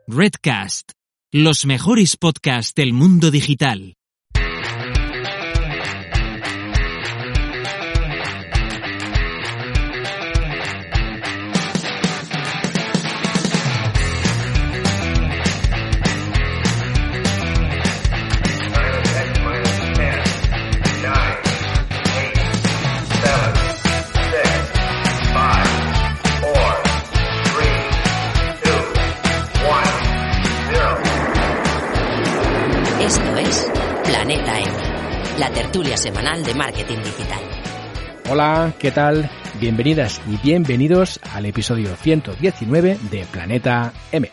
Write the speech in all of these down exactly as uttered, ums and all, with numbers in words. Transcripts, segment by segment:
Redcast, los mejores podcasts del mundo digital. Esto es Planeta M, la tertulia semanal de marketing digital. Hola, ¿qué tal? Bienvenidas y bienvenidos al episodio ciento diecinueve de Planeta M.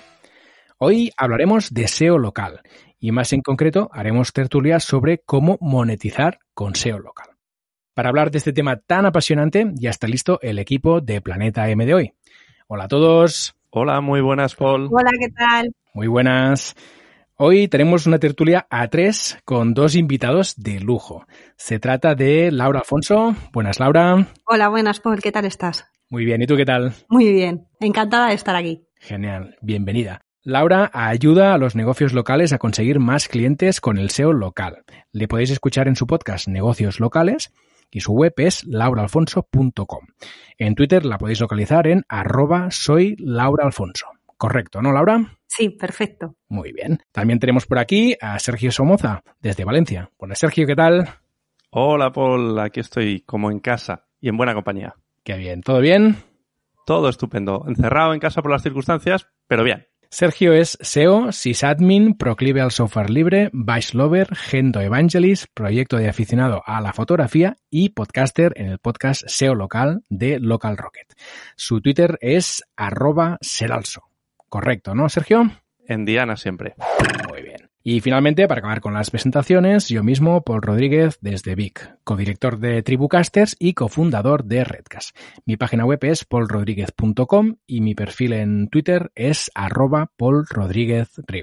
Hoy hablaremos de S E O local y más en concreto haremos tertulias sobre cómo monetizar con S E O local. Para hablar de este tema tan apasionante ya está listo el equipo de Planeta M de hoy. Hola a todos. Hola, muy buenas, Paul. Hola, ¿qué tal? Muy buenas. Hoy tenemos una tertulia a tres con dos invitados de lujo. Se trata de Laura Alfonso. Buenas, Laura. Hola, buenas, Paul. ¿Qué tal estás? Muy bien. ¿Y tú qué tal? Muy bien. Encantada de estar aquí. Genial. Bienvenida. Laura ayuda a los negocios locales a conseguir más clientes con el S E O local. Le podéis escuchar en su podcast Negocios Locales y su web es laura alfonso punto com. En Twitter la podéis localizar en arroba soy Laura Alfonso. Correcto, ¿no, Laura? Sí, perfecto. Muy bien. También tenemos por aquí a Sergio Somoza, desde Valencia. Hola, Sergio, ¿qué tal? Hola, Paul. Aquí estoy como en casa y en buena compañía. Qué bien. ¿Todo bien? Todo estupendo. Encerrado en casa por las circunstancias, pero bien. Sergio es S E O, sysadmin, proclive al software libre, Vice Lover, Gendo Evangelist, proyecto de aficionado a la fotografía y podcaster en el podcast S E O local de Local Rocket. Su Twitter es arroba seralso. Correcto, ¿no, Sergio? En Diana siempre. Muy bien. Y finalmente, para acabar con las presentaciones, yo mismo, Paul Rodríguez, desde Vic, codirector de Tribucasters y cofundador de Redcast. Mi página web es paul rodríguez punto com y mi perfil en Twitter es arroba paulrodríguezriu.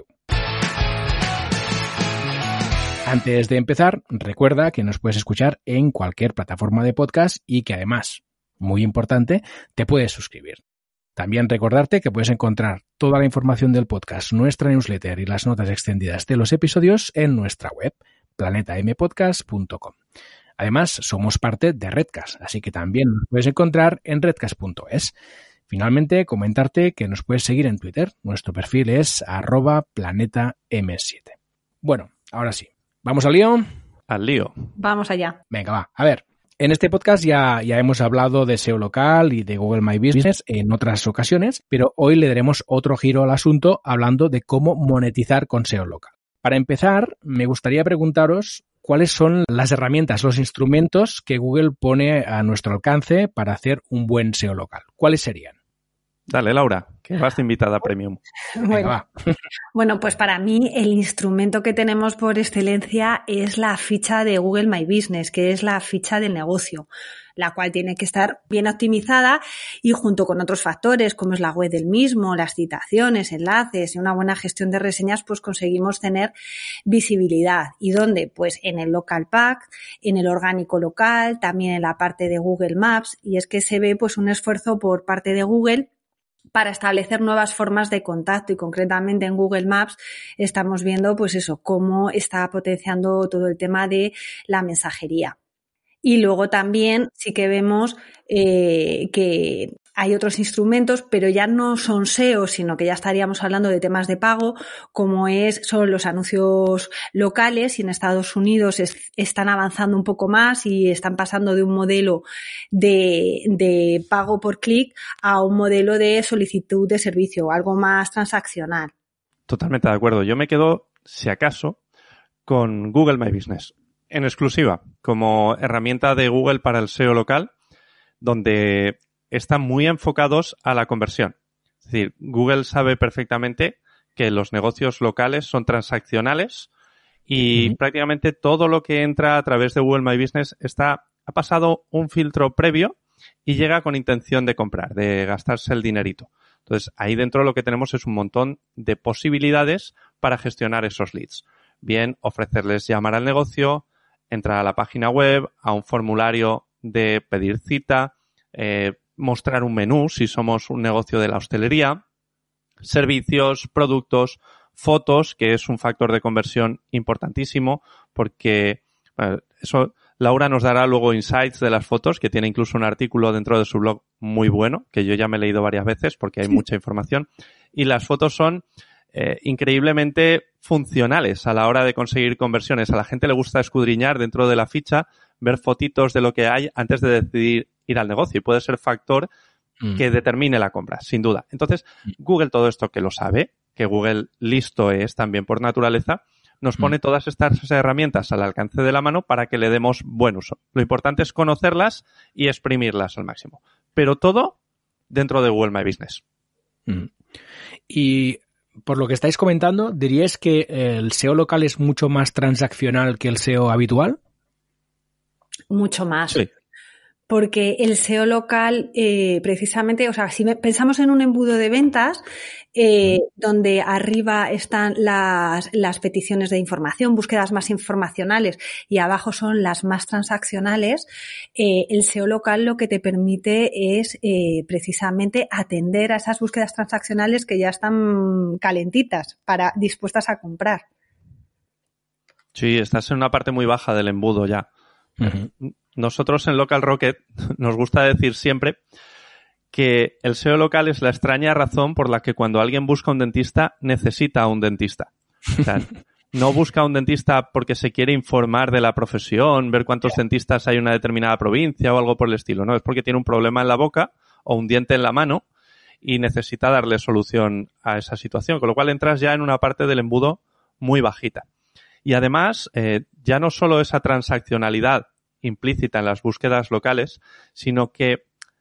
Antes de empezar, recuerda que nos puedes escuchar en cualquier plataforma de podcast y que además, muy importante, te puedes suscribir. También recordarte que puedes encontrar toda la información del podcast, nuestra newsletter y las notas extendidas de los episodios en nuestra web, planeta m podcast punto com. Además, somos parte de Redcast, así que también nos puedes encontrar en redcast punto es. Finalmente, comentarte que nos puedes seguir en Twitter. Nuestro perfil es arroba planeta m siete. Bueno, ahora sí. ¿Vamos al lío? Al lío. Vamos allá. Venga, va. A ver. En este podcast ya, ya hemos hablado de S E O local y de Google My Business en otras ocasiones, pero hoy le daremos otro giro al asunto hablando de cómo monetizar con S E O local. Para empezar, me gustaría preguntaros cuáles son las herramientas, los instrumentos que Google pone a nuestro alcance para hacer un buen S E O local. ¿Cuáles serían? Dale, Laura, que vas de invitada premium. Bueno, va. bueno, pues para mí el instrumento que tenemos por excelencia es la ficha de Google My Business, que es la ficha del negocio, la cual tiene que estar bien optimizada y junto con otros factores como es la web del mismo, las citaciones, enlaces y una buena gestión de reseñas, pues conseguimos tener visibilidad. ¿Y dónde? Pues en el local pack, en el orgánico local, también en la parte de Google Maps, y es que se ve pues un esfuerzo por parte de Google para establecer nuevas formas de contacto y concretamente en Google Maps estamos viendo pues eso, cómo está potenciando todo el tema de la mensajería. Y luego también sí que vemos eh, que hay otros instrumentos, pero ya no son S E O, sino que ya estaríamos hablando de temas de pago, como es, son los anuncios locales, y en Estados Unidos es, están avanzando un poco más y están pasando de un modelo de, de pago por clic a un modelo de solicitud de servicio, algo más transaccional. Totalmente de acuerdo. Yo me quedo, si acaso, con Google My Business, en exclusiva, como herramienta de Google para el S E O local, donde están muy enfocados a la conversión. Es decir, Google sabe perfectamente que los negocios locales son transaccionales y uh-huh. prácticamente todo lo que entra a través de Google My Business está, ha pasado un filtro previo y llega con intención de comprar, de gastarse el dinerito. Entonces, ahí dentro lo que tenemos es un montón de posibilidades para gestionar esos leads. Bien, ofrecerles llamar al negocio, entrar a la página web, a un formulario de pedir cita, eh, mostrar un menú si somos un negocio de la hostelería, servicios, productos, fotos, que es un factor de conversión importantísimo porque bueno, eso Laura nos dará luego insights de las fotos, que tiene incluso un artículo dentro de su blog muy bueno, que yo ya me he leído varias veces porque hay mucha información. Y las fotos son eh, increíblemente funcionales a la hora de conseguir conversiones. A la gente le gusta escudriñar dentro de la ficha, ver fotitos de lo que hay antes de decidir ir al negocio. Y puede ser factor mm. que determine la compra, sin duda. Entonces, Google todo esto que lo sabe, que Google listo es también por naturaleza, nos pone todas estas herramientas al alcance de la mano para que le demos buen uso. Lo importante es conocerlas y exprimirlas al máximo. Pero todo dentro de Google My Business. Y por lo que estáis comentando, ¿diríais que el S E O local es mucho más transaccional que el S E O habitual? Mucho más. Sí. Porque el S E O local, eh, precisamente, o sea, si pensamos en un embudo de ventas, eh, donde arriba están las, las peticiones de información, búsquedas más informacionales, y abajo son las más transaccionales, eh, el S E O local lo que te permite es eh, precisamente atender a esas búsquedas transaccionales que ya están calentitas, para dispuestas a comprar. Sí, estás en una parte muy baja del embudo ya. Uh-huh. Nosotros en Local Rocket nos gusta decir siempre que el S E O local es la extraña razón por la que cuando alguien busca un dentista, necesita a un dentista. O sea, no busca a un dentista porque se quiere informar de la profesión, ver cuántos dentistas hay en una determinada provincia o algo por el estilo. No, es porque tiene un problema en la boca o un diente en la mano y necesita darle solución a esa situación. Con lo cual entras ya en una parte del embudo muy bajita. Y además, eh, ya no solo esa transaccionalidad implícita en las búsquedas locales, sino que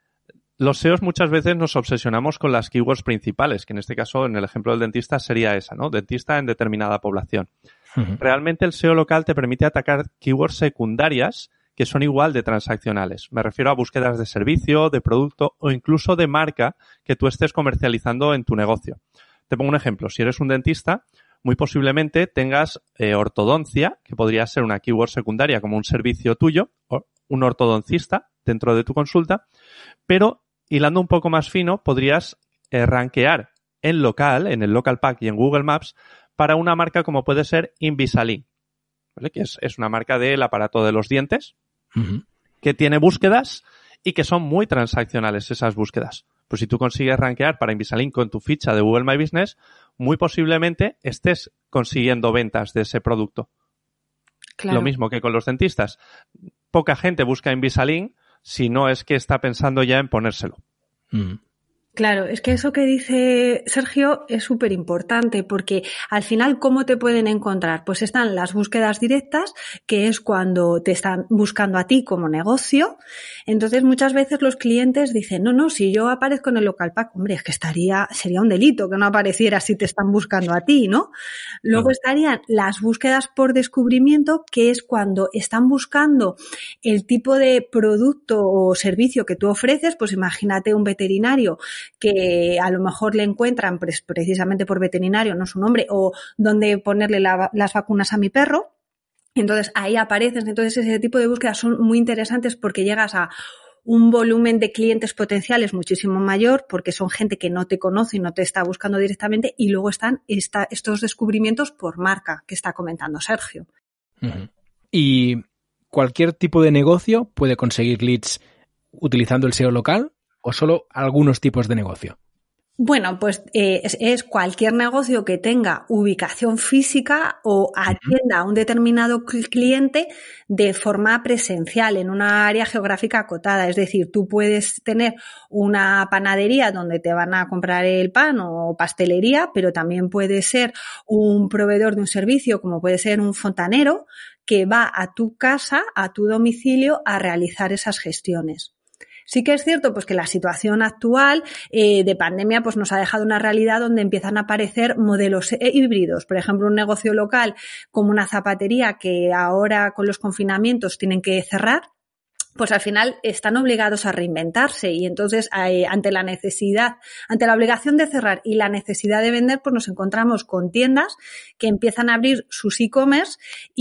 los S E Os muchas veces nos obsesionamos con las keywords principales, que en este caso, en el ejemplo del dentista, sería esa, ¿no? Dentista en determinada población. Uh-huh. Realmente el S E O local te permite atacar keywords secundarias que son igual de transaccionales. Me refiero a búsquedas de servicio, de producto o incluso de marca que tú estés comercializando en tu negocio. Te pongo un ejemplo. Si eres un dentista, muy posiblemente tengas eh, ortodoncia, que podría ser una keyword secundaria como un servicio tuyo, o un ortodoncista dentro de tu consulta, pero hilando un poco más fino, podrías eh, rankear en local, en el Local Pack y en Google Maps, para una marca como puede ser Invisalign, ¿vale? Que es, es una marca del aparato de los dientes, uh-huh. que tiene búsquedas y que son muy transaccionales esas búsquedas. Pues si tú consigues rankear para Invisalign con tu ficha de Google My Business, muy posiblemente estés consiguiendo ventas de ese producto. Claro. Lo mismo que con los dentistas. Poca gente busca Invisalign si no es que está pensando ya en ponérselo. Mm. Claro, es que eso que dice Sergio es súper importante porque al final, ¿cómo te pueden encontrar? Pues están las búsquedas directas, que es cuando te están buscando a ti como negocio. Entonces, muchas veces los clientes dicen, no, no, si yo aparezco en el Local Pack, hombre, es que estaría, sería un delito que no apareciera si te están buscando a ti, ¿no? Luego estarían las búsquedas por descubrimiento, que es cuando están buscando el tipo de producto o servicio que tú ofreces. Pues imagínate un veterinario que a lo mejor le encuentran pues, precisamente por veterinario, no su nombre, o dónde ponerle la, las vacunas a mi perro. Entonces ahí apareces. Entonces ese tipo de búsquedas son muy interesantes porque llegas a un volumen de clientes potenciales muchísimo mayor porque son gente que no te conoce y no te está buscando directamente, y luego están esta, estos descubrimientos por marca que está comentando Sergio. Uh-huh. ¿Y cualquier tipo de negocio puede conseguir leads utilizando el S E O local? ¿O solo algunos tipos de negocio? Bueno, pues eh, es, es cualquier negocio que tenga ubicación física o atienda a un determinado cliente de forma presencial en una área geográfica acotada. Es decir, tú puedes tener una panadería donde te van a comprar el pan o pastelería, pero también puede ser un proveedor de un servicio, como puede ser un fontanero, que va a tu casa, a tu domicilio, a realizar esas gestiones. Sí que es cierto pues que la situación actual eh, de pandemia pues nos ha dejado una realidad donde empiezan a aparecer modelos híbridos. Por ejemplo, un negocio local como una zapatería que ahora con los confinamientos tienen que cerrar, pues al final están obligados a reinventarse, y entonces eh, ante la necesidad, ante la obligación de cerrar y la necesidad de vender, pues nos encontramos con tiendas que empiezan a abrir sus e-commerce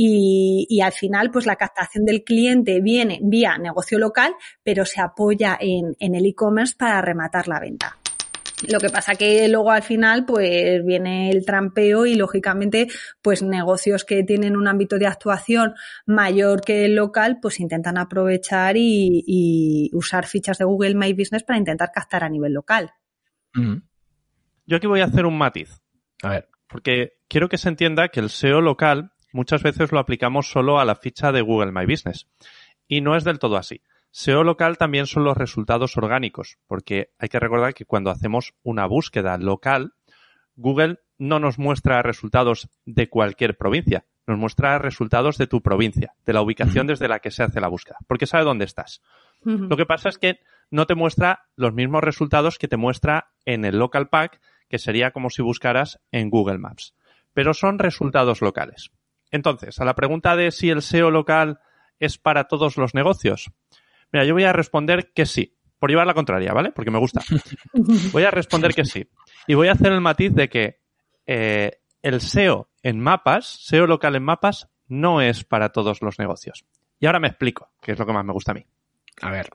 y, y al final pues la captación del cliente viene vía negocio local, pero se apoya en, en el e-commerce para rematar la venta. Lo que pasa que luego al final pues viene el trampeo y lógicamente pues negocios que tienen un ámbito de actuación mayor que el local pues intentan aprovechar y, y usar fichas de Google My Business para intentar captar a nivel local. Mm. Yo aquí voy a hacer un matiz. A ver. Porque quiero que se entienda que el S E O local muchas veces lo aplicamos solo a la ficha de Google My Business. Y no es del todo así. S E O local también son los resultados orgánicos, porque hay que recordar que cuando hacemos una búsqueda local, Google no nos muestra resultados de cualquier provincia, nos muestra resultados de tu provincia, de la ubicación uh-huh. desde la que se hace la búsqueda, porque sabe dónde estás. Uh-huh. Lo que pasa es que no te muestra los mismos resultados que te muestra en el Local Pack, que sería como si buscaras en Google Maps. Pero son resultados locales. Entonces, a la pregunta de si el S E O local es para todos los negocios, mira, yo voy a responder que sí, por llevar la contraria, ¿vale? Porque me gusta. Voy a responder que sí. Y voy a hacer el matiz de que eh, el S E O en mapas, S E O local en mapas, no es para todos los negocios. Y ahora me explico, que es lo que más me gusta a mí. A ver.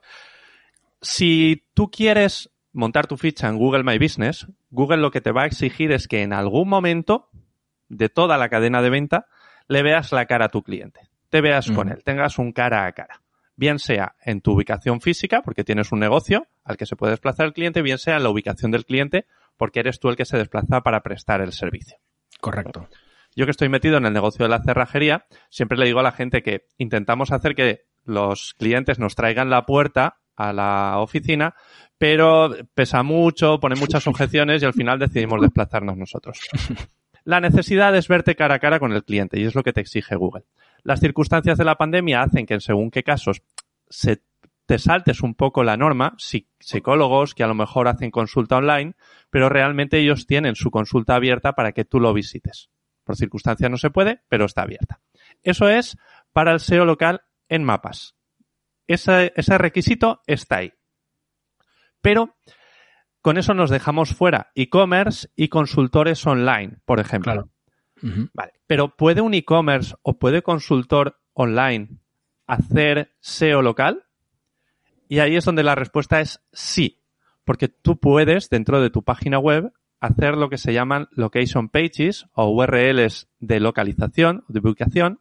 Si tú quieres montar tu ficha en Google My Business, Google lo que te va a exigir es que en algún momento de toda la cadena de venta le veas la cara a tu cliente. Te veas uh-huh. con él, tengas un cara a cara. Bien sea en tu ubicación física, porque tienes un negocio al que se puede desplazar el cliente, bien sea en la ubicación del cliente, porque eres tú el que se desplaza para prestar el servicio. Correcto. Yo que estoy metido en el negocio de la cerrajería, siempre le digo a la gente que intentamos hacer que los clientes nos traigan la puerta a la oficina, pero pesa mucho, pone muchas objeciones y al final decidimos desplazarnos nosotros. La necesidad es verte cara a cara con el cliente y es lo que te exige Google. Las circunstancias de la pandemia hacen que en según qué casos se te saltes un poco la norma, psicólogos que a lo mejor hacen consulta online, pero realmente ellos tienen su consulta abierta para que tú lo visites. Por circunstancias no se puede, pero está abierta. Eso es para el S E O local en mapas. Ese, ese requisito está ahí. Pero con eso nos dejamos fuera e-commerce y consultores online, por ejemplo. Claro. Uh-huh. Vale. Pero ¿puede un e-commerce o puede consultor online hacer S E O local? Y ahí es donde la respuesta es sí. Porque tú puedes, dentro de tu página web, hacer lo que se llaman location pages o U R Ls de localización, de ubicación,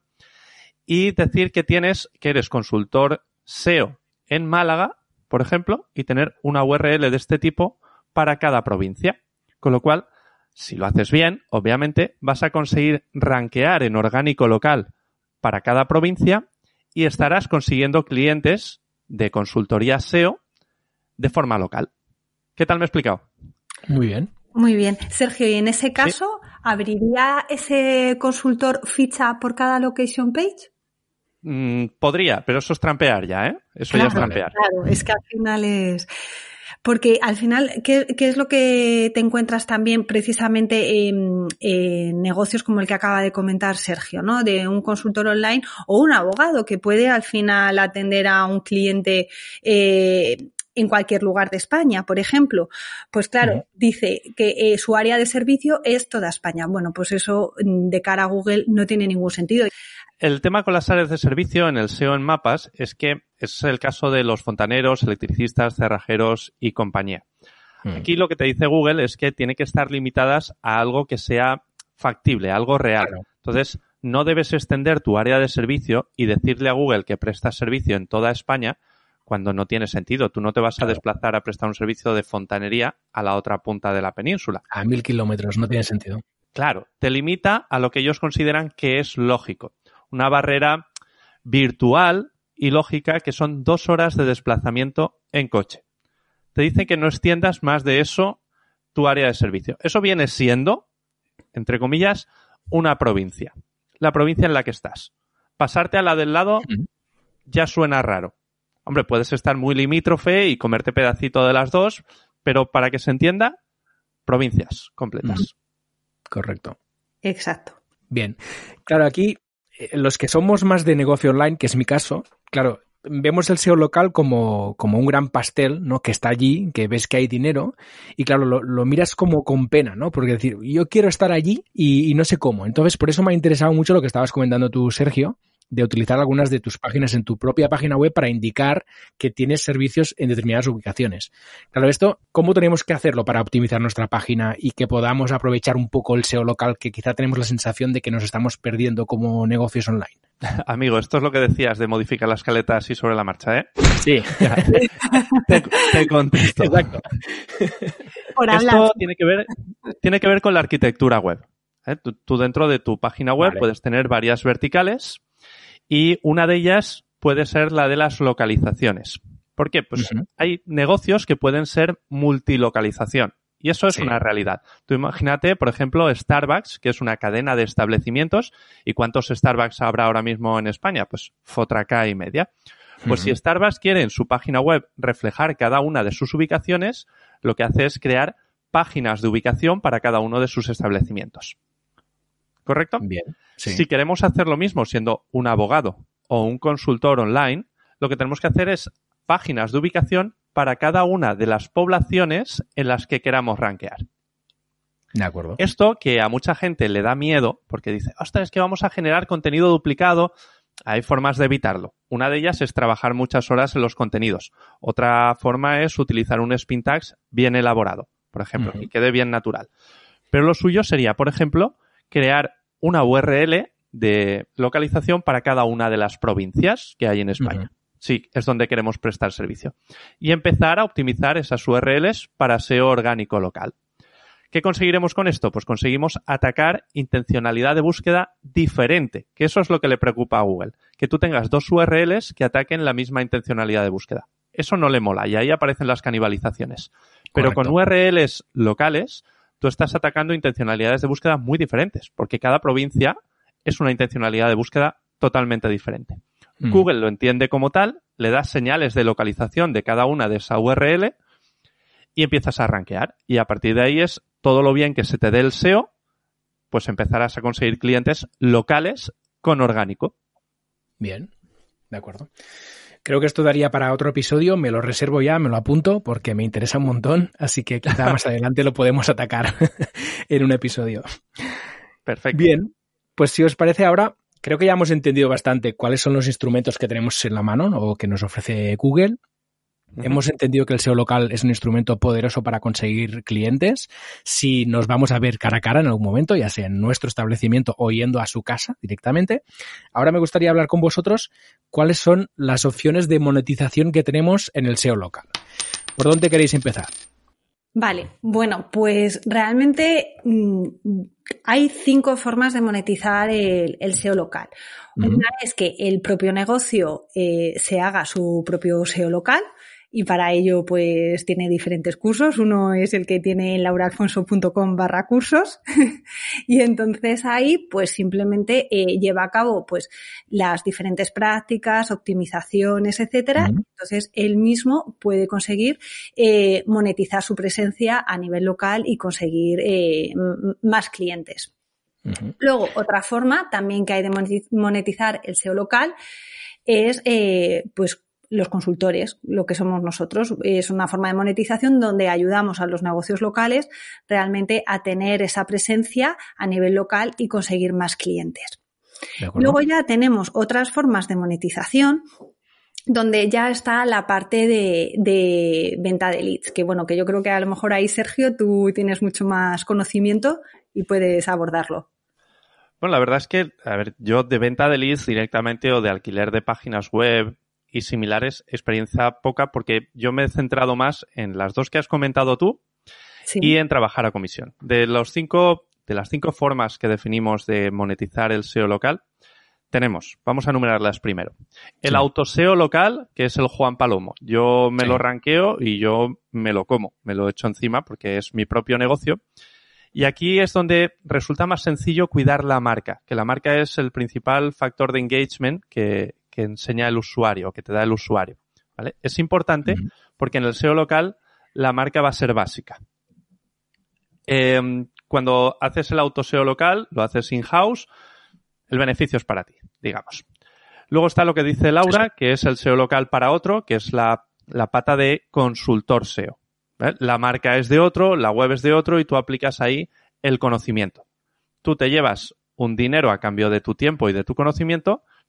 y decir que tienes, que eres consultor S E O en Málaga, por ejemplo, y tener una U R L de este tipo para cada provincia. Con lo cual, si lo haces bien, obviamente, vas a conseguir rankear en orgánico local para cada provincia y estarás consiguiendo clientes de consultoría S E O de forma local. ¿Qué tal me he explicado? Muy bien. Muy bien. Sergio, y en ese caso, ¿sí? ¿abriría ese consultor ficha por cada location page? Mm, podría, pero eso es trampear ya, ¿eh? Eso claro, ya es trampear. Claro, es que al final es... Porque al final, ¿qué, qué es lo que te encuentras también precisamente en, en negocios como el que acaba de comentar Sergio, ¿no? De un consultor online o un abogado que puede al final atender a un cliente eh, en cualquier lugar de España, por ejemplo. Pues claro, uh-huh. dice que eh, su área de servicio es toda España. Bueno, pues eso de cara a Google no tiene ningún sentido. El tema con las áreas de servicio en el S E O en mapas es que es el caso de los fontaneros, electricistas, cerrajeros y compañía. Mm. Aquí lo que te dice Google es que tiene que estar limitadas a algo que sea factible, algo real. Claro. Entonces, no debes extender tu área de servicio y decirle a Google que prestas servicio en toda España cuando no tiene sentido. Tú no te vas a claro. desplazar a prestar un servicio de fontanería a la otra punta de la península. A mil kilómetros, no tiene sentido. Claro, te limita a lo que ellos consideran que es lógico. Una barrera virtual y lógica que son dos horas de desplazamiento en coche. Te dicen que no extiendas más de eso tu área de servicio. Eso viene siendo, entre comillas, una provincia. La provincia en la que estás. Pasarte a la del lado uh-huh. ya suena raro. Hombre, puedes estar muy limítrofe y comerte pedacito de las dos, pero para que se entienda, provincias completas. Uh-huh. Correcto. Exacto. Bien. Claro, aquí los que somos más de negocio online, que es mi caso, claro, vemos el S E O local como, como un gran pastel, ¿no? Que está allí, que ves que hay dinero y claro, lo, lo miras como con pena, ¿no? Porque decir, yo quiero estar allí y, y no sé cómo. Entonces, por eso me ha interesado mucho lo que estabas comentando tú, Sergio, de utilizar algunas de tus páginas en tu propia página web para indicar que tienes servicios en determinadas ubicaciones. Claro, esto, ¿cómo tenemos que hacerlo para optimizar nuestra página y que podamos aprovechar un poco el S E O local, que quizá tenemos la sensación de que nos estamos perdiendo como negocios online? Amigo, esto es lo que decías de modificar la escaleta así sobre la marcha, ¿eh? Sí. te, te contesto. Exacto. Por Esto hablar. tiene que ver, tiene que ver con la arquitectura web. ¿eh? Tú, tú dentro de tu página web Vale. puedes tener varias verticales y una de ellas puede ser la de las localizaciones. ¿Por qué? Pues Uh-huh. hay negocios que pueden ser multilocalización. Y eso es Sí. una realidad. Tú imagínate, por ejemplo, Starbucks, que es una cadena de establecimientos. ¿Y cuántos Starbucks habrá ahora mismo en España? Pues fotraca y media. Pues Uh-huh. si Starbucks quiere en su página web reflejar cada una de sus ubicaciones, lo que hace es crear páginas de ubicación para cada uno de sus establecimientos. ¿Correcto? Bien. Sí. Si queremos hacer lo mismo siendo un abogado o un consultor online, lo que tenemos que hacer es páginas de ubicación para cada una de las poblaciones en las que queramos rankear. De acuerdo. Esto que a mucha gente le da miedo porque dice, ostras, es que vamos a generar contenido duplicado. Hay formas de evitarlo. Una de ellas es trabajar muchas horas en los contenidos. Otra forma es utilizar un spin tags bien elaborado, por ejemplo, Uh-huh. que quede bien natural. Pero lo suyo sería, por ejemplo, crear una U R L de localización para cada una de las provincias que hay en España. Uh-huh. Sí, es donde queremos prestar servicio. Y empezar a optimizar esas U R Ls para S E O orgánico local. ¿Qué conseguiremos con esto? Pues conseguimos atacar intencionalidad de búsqueda diferente, que eso es lo que le preocupa a Google. Que tú tengas dos U R Ls que ataquen la misma intencionalidad de búsqueda. Eso no le mola y ahí aparecen las canibalizaciones. Pero Correcto. con U R Ls locales, tú estás atacando intencionalidades de búsqueda muy diferentes, porque cada provincia es una intencionalidad de búsqueda totalmente diferente. Mm. Google lo entiende como tal, le das señales de localización de cada una de esa U R L y empiezas a rankear. Y a partir de ahí es todo lo bien que se te dé el S E O, pues empezarás a conseguir clientes locales con orgánico. Bien, de acuerdo. Creo que esto daría para otro episodio, me lo reservo ya, me lo apunto porque me interesa un montón, así que quizá más adelante lo podemos atacar en un episodio. Perfecto. Bien, pues si os parece ahora, creo que ya hemos entendido bastante cuáles son los instrumentos que tenemos en la mano o que nos ofrece Google. Ujú. Hemos entendido que el S E O local es un instrumento poderoso para conseguir clientes. Si nos vamos a ver cara a cara en algún momento, ya sea en nuestro establecimiento o yendo a su casa directamente. Ahora me gustaría hablar con vosotros cuáles son las opciones de monetización que tenemos en el S E O local. ¿Por dónde queréis empezar? Vale, bueno, pues realmente mmm, hay cinco formas de monetizar el, el S E O local. Uh-huh. Una es que el propio negocio eh, se haga su propio S E O local y para ello pues tiene diferentes cursos. Uno es el que tiene en lauraalfonso.com barra cursos y entonces ahí pues simplemente eh, lleva a cabo pues las diferentes prácticas, optimizaciones, etcétera. Uh-huh. Entonces él mismo puede conseguir eh, monetizar su presencia a nivel local y conseguir eh, m- más clientes. Uh-huh. Luego, otra forma también que hay de monetizar el S E O local es eh, pues los consultores, lo que somos nosotros. Es una forma de monetización donde ayudamos a los negocios locales realmente a tener esa presencia a nivel local y conseguir más clientes. Luego ya tenemos otras formas de monetización donde ya está la parte de, de venta de leads, que bueno, que yo creo que a lo mejor ahí, Sergio, tú tienes mucho más conocimiento y puedes abordarlo. Bueno, la verdad es que, a ver, yo de venta de leads directamente o de alquiler de páginas web y similares, experiencia poca, porque yo me he centrado más en las dos que has comentado tú Sí. y en trabajar a comisión. De los cinco, de las cinco formas que definimos de monetizar el S E O local, tenemos, vamos a enumerarlas primero. El Sí. auto S E O local, que es el Juan Palomo. Yo me Sí. lo ranqueo y yo me lo como, me lo echo encima porque es mi propio negocio. Y aquí es donde resulta más sencillo cuidar la marca, que la marca es el principal factor de engagement que, que enseña el usuario, que te da el usuario, ¿vale? Es importante Uh-huh. porque en el S E O local la marca va a ser básica. Eh, cuando haces el auto S E O local, lo haces in-house, el beneficio es para ti, digamos. Luego está lo que dice Laura, sí, sí. que es el S E O local para otro, que es la, la pata de consultor S E O. ¿Vale? La marca es de otro, la web es de otro y tú aplicas ahí el conocimiento. Tú te llevas un dinero a cambio de tu tiempo y de tu conocimiento,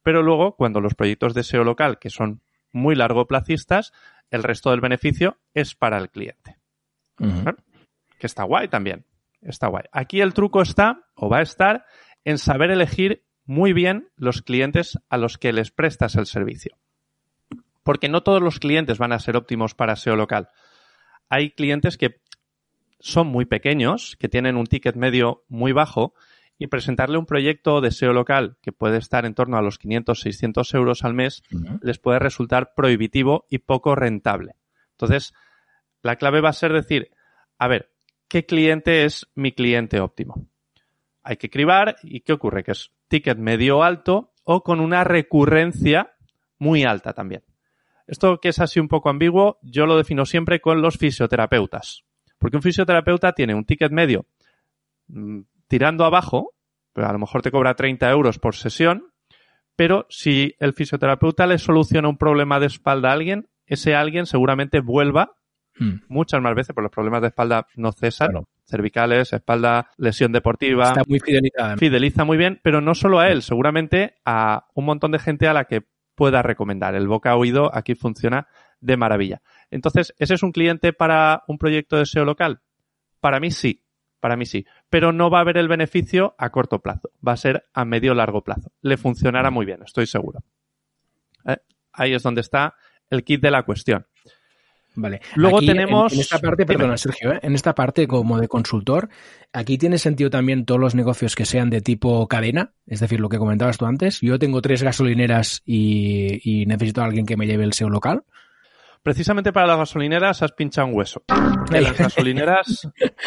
pero luego cuando los proyectos de S E O local, que son muy largoplacistas, el resto del beneficio es para el cliente. Uh-huh. ¿Vale? Que está guay también, está guay. Aquí el truco está, o va a estar, en saber elegir muy bien los clientes a los que les prestas el servicio. Porque no todos los clientes van a ser óptimos para S E O local. Hay clientes que son muy pequeños, que tienen un ticket medio muy bajo, y presentarle un proyecto de S E O local que puede estar en torno a los quinientos, seiscientos euros al mes, uh-huh. les puede resultar prohibitivo y poco rentable. Entonces, la clave va a ser decir, a ver, ¿qué cliente es mi cliente óptimo? Hay que cribar, ¿y qué ocurre? Que es ticket medio alto o con una recurrencia muy alta también. Esto que es así un poco ambiguo, yo lo defino siempre con los fisioterapeutas. Porque un fisioterapeuta tiene un ticket medio mmm, tirando abajo, pero a lo mejor te cobra treinta euros por sesión, pero si el fisioterapeuta le soluciona un problema de espalda a alguien, ese alguien seguramente vuelva hmm. muchas más veces, porque los problemas de espalda no cesan, claro. cervicales, espalda, lesión deportiva. Está muy fidelizada. Fideliza muy bien, pero no solo a él, seguramente a un montón de gente a la que pueda recomendar. El boca a oído aquí funciona de maravilla. Entonces, ¿ese es un cliente para un proyecto de S E O local? Para mí sí, para mí sí. Pero no va a haber el beneficio a corto plazo. Va a ser a medio largo plazo. Le funcionará muy bien, estoy seguro. ¿Eh? Ahí es donde está el kit de la cuestión. Vale. Luego aquí, tenemos... En, en esta parte, perdona, Dime. Sergio, ¿eh? en esta parte como de consultor, aquí tiene sentido también todos los negocios que sean de tipo cadena, es decir, lo que comentabas tú antes. Yo tengo tres gasolineras y, y necesito a alguien que me lleve el S E O local. Precisamente para las gasolineras has pinchado un hueso. Porque las gasolineras...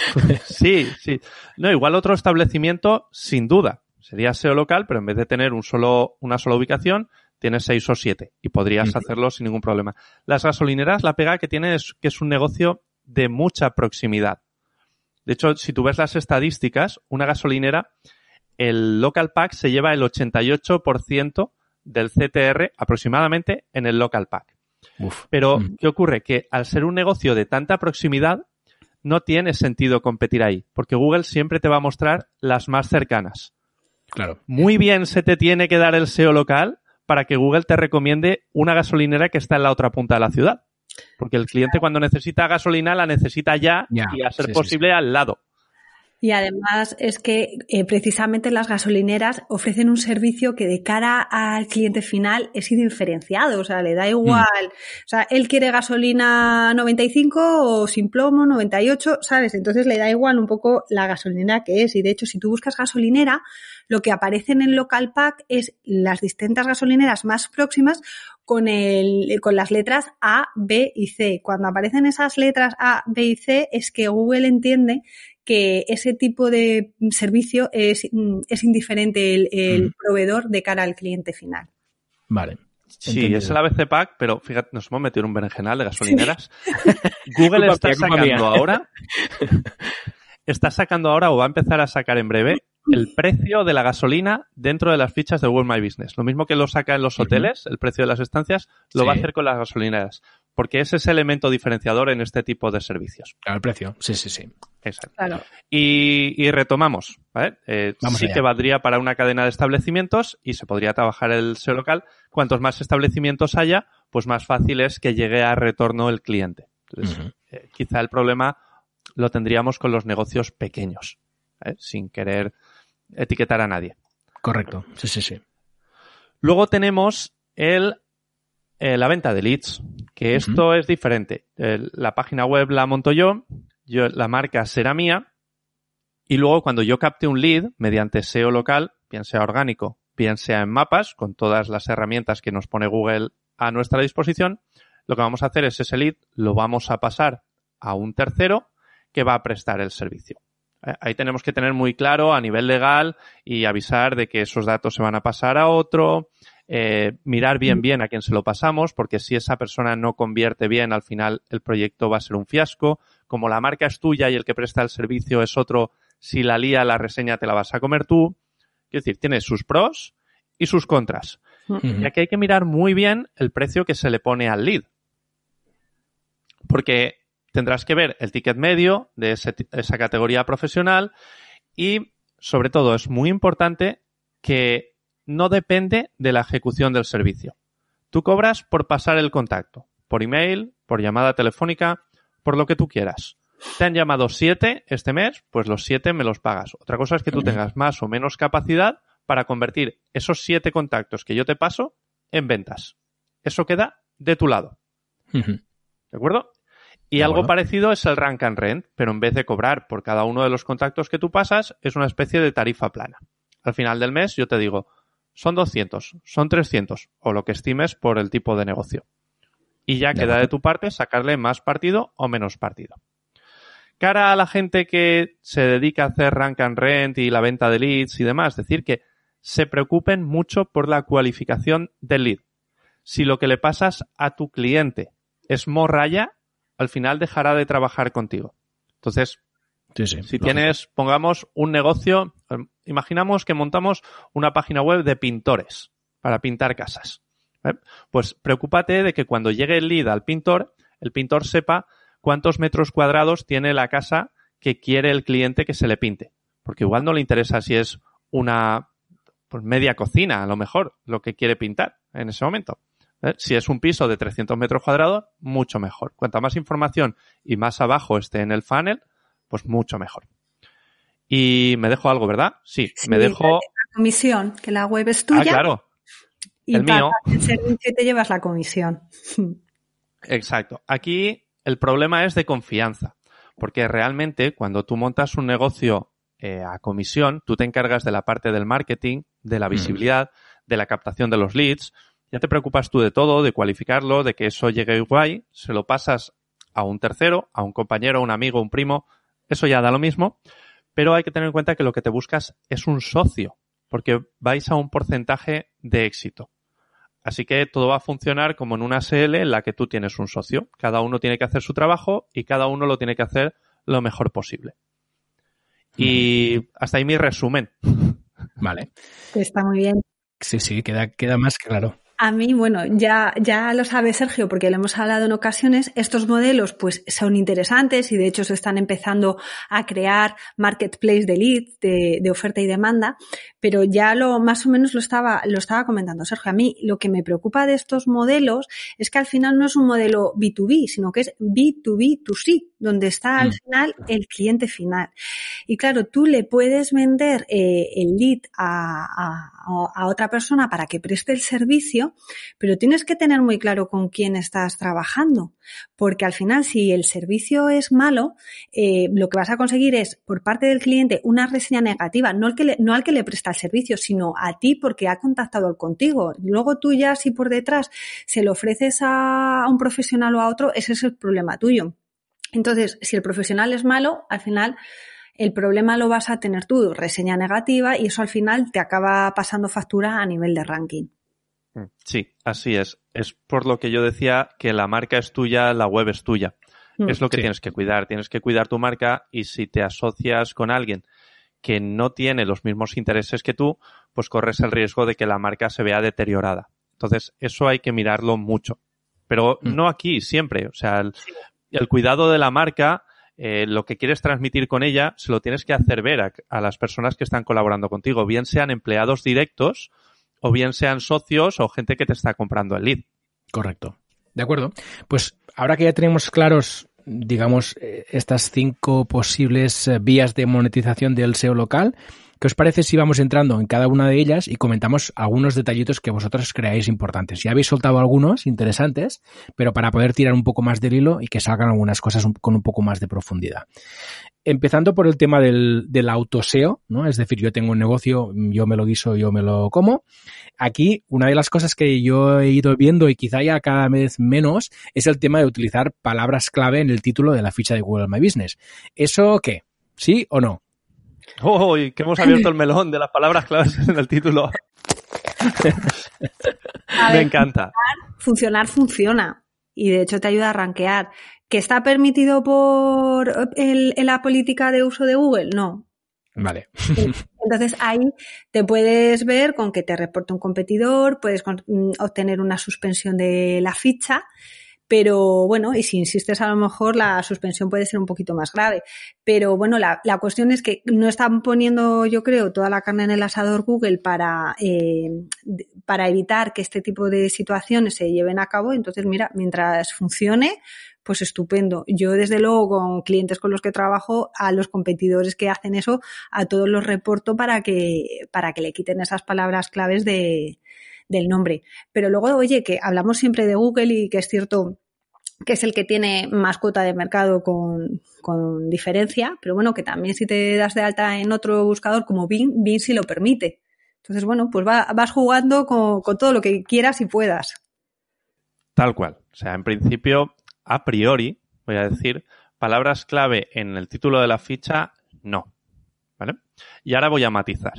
sí, sí. No, igual otro establecimiento, sin duda. Sería S E O local, pero en vez de tener un solo, una sola ubicación, tienes seis o siete y podrías uh-huh. hacerlo sin ningún problema. Las gasolineras, la pega que tiene es que es un negocio de mucha proximidad. De hecho, si tú ves las estadísticas, una gasolinera, el local pack se lleva el ochenta y ocho por ciento del C T R aproximadamente en el local pack. Uf. Pero, uh-huh. ¿qué ocurre? Que al ser un negocio de tanta proximidad, no tiene sentido competir ahí, porque Google siempre te va a mostrar las más cercanas. Claro. Muy bien se te tiene que dar el S E O local para que Google te recomiende una gasolinera que está en la otra punta de la ciudad. Porque el cliente cuando necesita gasolina la necesita ya, ya y a ser sí, posible sí, sí. al lado. Y además es que eh, precisamente las gasolineras ofrecen un servicio que de cara al cliente final es indiferenciado, o sea, le da igual, mm. o sea, él quiere gasolina noventa y cinco o sin plomo noventa y ocho, ¿sabes? Entonces le da igual un poco la gasolinera que es, y de hecho si tú buscas gasolinera, lo que aparece en el local pack es las distintas gasolineras más próximas con el con las letras A, B y C. Cuando aparecen esas letras A, B y C es que Google entiende que ese tipo de servicio es, es indiferente el, el mm. proveedor de cara al cliente final. Vale. Sí, entendido. Es el A B C Pack, pero fíjate, nos hemos metido en un berenjenal de gasolineras. Google está mía, sacando ahora, está sacando ahora o va a empezar a sacar en breve el precio de la gasolina dentro de las fichas de Google My Business. Lo mismo que lo saca en los hoteles, uh-huh. el precio de las estancias, lo sí. va a hacer con las gasolineras. Porque ese es el elemento diferenciador en este tipo de servicios. Claro, el precio. Sí, sí, sí. Exacto. Claro. Y, y retomamos, ¿vale? Eh, Vamos sí allá. Que valdría para una cadena de establecimientos y se podría trabajar el S E O local. Cuantos más establecimientos haya, pues más fácil es que llegue a retorno el cliente. Entonces, uh-huh. eh, quizá el problema lo tendríamos con los negocios pequeños, ¿eh? Sin querer etiquetar a nadie. Correcto. Sí, sí, sí. Luego tenemos el Eh, la venta de leads, que esto uh-huh. es diferente. Eh, la página web la monto yo, yo, la marca será mía, y luego cuando yo capte un lead mediante S E O local, bien sea orgánico, bien sea en mapas, con todas las herramientas que nos pone Google a nuestra disposición, lo que vamos a hacer es ese lead lo vamos a pasar a un tercero que va a prestar el servicio. Eh, ahí tenemos que tener muy claro a nivel legal y avisar de que esos datos se van a pasar a otro. Eh, mirar bien bien a quién se lo pasamos, porque si esa persona no convierte bien, al final el proyecto va a ser un fiasco. Como la marca es tuya y el que presta el servicio es otro, si la lía la reseña te la vas a comer tú. Quiero decir, tiene sus pros y sus contras. Uh-huh. Y aquí hay que mirar muy bien el precio que se le pone al lead. Porque tendrás que ver el ticket medio de ese, esa categoría profesional y, sobre todo, es muy importante que no depende de la ejecución del servicio. Tú cobras por pasar el contacto, por email, por llamada telefónica, por lo que tú quieras. Te han llamado siete este mes, pues los siete me los pagas. Otra cosa es que tú tengas más o menos capacidad para convertir esos siete contactos que yo te paso en ventas. Eso queda de tu lado. Uh-huh. ¿De acuerdo? Y de algo acuerdo. parecido es el rank and rent, pero en vez de cobrar por cada uno de los contactos que tú pasas, es una especie de tarifa plana. Al final del mes yo te digo, son doscientos, son trescientos, o lo que estimes por el tipo de negocio. Y ya De queda acuerdo. de tu parte sacarle más partido o menos partido. Cara a la gente que se dedica a hacer rank and rent y la venta de leads y demás, decir que se preocupen mucho por la cualificación del lead. Si lo que le pasas a tu cliente es morralla, al final dejará de trabajar contigo. Entonces, Sí, sí, si lógico. tienes, pongamos un negocio, imaginamos que montamos una página web de pintores para pintar casas. ¿eh? Pues preocúpate de que cuando llegue el lead al pintor, el pintor sepa cuántos metros cuadrados tiene la casa que quiere el cliente que se le pinte. Porque igual no le interesa si es una pues media cocina, a lo mejor, lo que quiere pintar en ese momento. ¿eh? Si es un piso de trescientos metros cuadrados, mucho mejor. Cuanta más información y más abajo esté en el funnel, pues mucho mejor. Y me dejo algo, ¿verdad? Sí, Sí, me dejo... la comisión, que la web es tuya. Ah, claro. Y el pagas mío. el servicio y te llevas la comisión. Exacto. Aquí el problema es de confianza, porque realmente cuando tú montas un negocio eh, a comisión, tú te encargas de la parte del marketing, de la visibilidad, mm. de la captación de los leads, ya te preocupas tú de todo, de cualificarlo, de que eso llegue guay, se lo pasas a un tercero, a un compañero, un amigo, un primo, eso ya da lo mismo, pero hay que tener en cuenta que lo que te buscas es un socio, porque vais a un porcentaje de éxito. Así que todo va a funcionar como en una S L en la que tú tienes un socio. Cada uno tiene que hacer su trabajo y cada uno lo tiene que hacer lo mejor posible. Y hasta ahí mi resumen. Vale. Está muy bien. Sí, sí, queda, queda más claro. A mí, bueno, ya, ya lo sabe Sergio, porque lo hemos hablado en ocasiones, estos modelos pues son interesantes y de hecho se están empezando a crear marketplace de leads, de, de oferta y demanda, pero ya lo más o menos lo estaba, lo estaba comentando Sergio. A mí lo que me preocupa de estos modelos es que al final no es un modelo B dos B, sino que es B dos B dos C, donde está al final el cliente final. Y claro, tú le puedes vender eh, el lead a, a, a otra persona para que preste el servicio, pero tienes que tener muy claro con quién estás trabajando, porque al final si el servicio es malo, eh, lo que vas a conseguir es por parte del cliente una reseña negativa, no al que le, no al que le presta el servicio, sino a ti porque ha contactado contigo. Luego tú ya si por detrás se lo ofreces a, a un profesional o a otro, ese es el problema tuyo. Entonces, si el profesional es malo, al final el problema lo vas a tener tú, reseña negativa, y eso al final te acaba pasando factura a nivel de ranking. Sí, así es. Es por lo que yo decía que la marca es tuya, la web es tuya. Mm, es lo que sí. tienes que cuidar. Tienes que cuidar tu marca y si te asocias con alguien que no tiene los mismos intereses que tú, pues corres el riesgo de que la marca se vea deteriorada. Entonces, eso hay que mirarlo mucho. Pero mm. no aquí, siempre. O sea, el, sí. el cuidado de la marca, eh, lo que quieres transmitir con ella, se lo tienes que hacer ver a, a las personas que están colaborando contigo, bien sean empleados directos o bien sean socios o gente que te está comprando el lead. Correcto. De acuerdo. Pues ahora que ya tenemos claros, digamos, estas cinco posibles vías de monetización del S E O local, ¿qué os parece si vamos entrando en cada una de ellas y comentamos algunos detallitos que vosotros creáis importantes? Ya habéis soltado algunos interesantes, pero para poder tirar un poco más del hilo y que salgan algunas cosas con un poco más de profundidad. Empezando por el tema del, del auto-S E O, ¿no? Es decir, yo tengo un negocio, yo me lo guiso, yo me lo como. Aquí, una de las cosas que yo he ido viendo y quizá ya cada vez menos es el tema de utilizar palabras clave en el título de la ficha de Google My Business. ¿Eso qué? ¿Sí o no? ¡Oh! Que hemos abierto el melón de las palabras claves en el título. A Me ver, encanta. Funcionar, funcionar funciona. Y de hecho te ayuda a rankear. ¿Que está permitido por el, en la política de uso de Google? No. Vale. Entonces ahí te puedes ver con que te reporte un competidor, puedes con, obtener una suspensión de la ficha, Pero bueno, y si insistes a lo mejor la suspensión puede ser un poquito más grave. Pero bueno, la, la cuestión es que no están poniendo, yo creo, toda la carne en el asador Google para, eh, para evitar que este tipo de situaciones se lleven a cabo. Entonces, mira, mientras funcione, pues estupendo. Yo, desde luego, con clientes con los que trabajo, a los competidores que hacen eso, a todos los reporto para que, para que le quiten esas palabras claves de... del nombre. Pero luego, oye, que hablamos siempre de Google y que es cierto que es el que tiene más cuota de mercado con, con diferencia, pero bueno, que también si te das de alta en otro buscador como Bing, Bing sí lo permite. Entonces, bueno, pues va, vas jugando con, con todo lo que quieras y puedas. Tal cual. O sea, en principio, a priori, voy a decir, palabras clave en el título de la ficha, no. ¿Vale? Y ahora voy a matizar.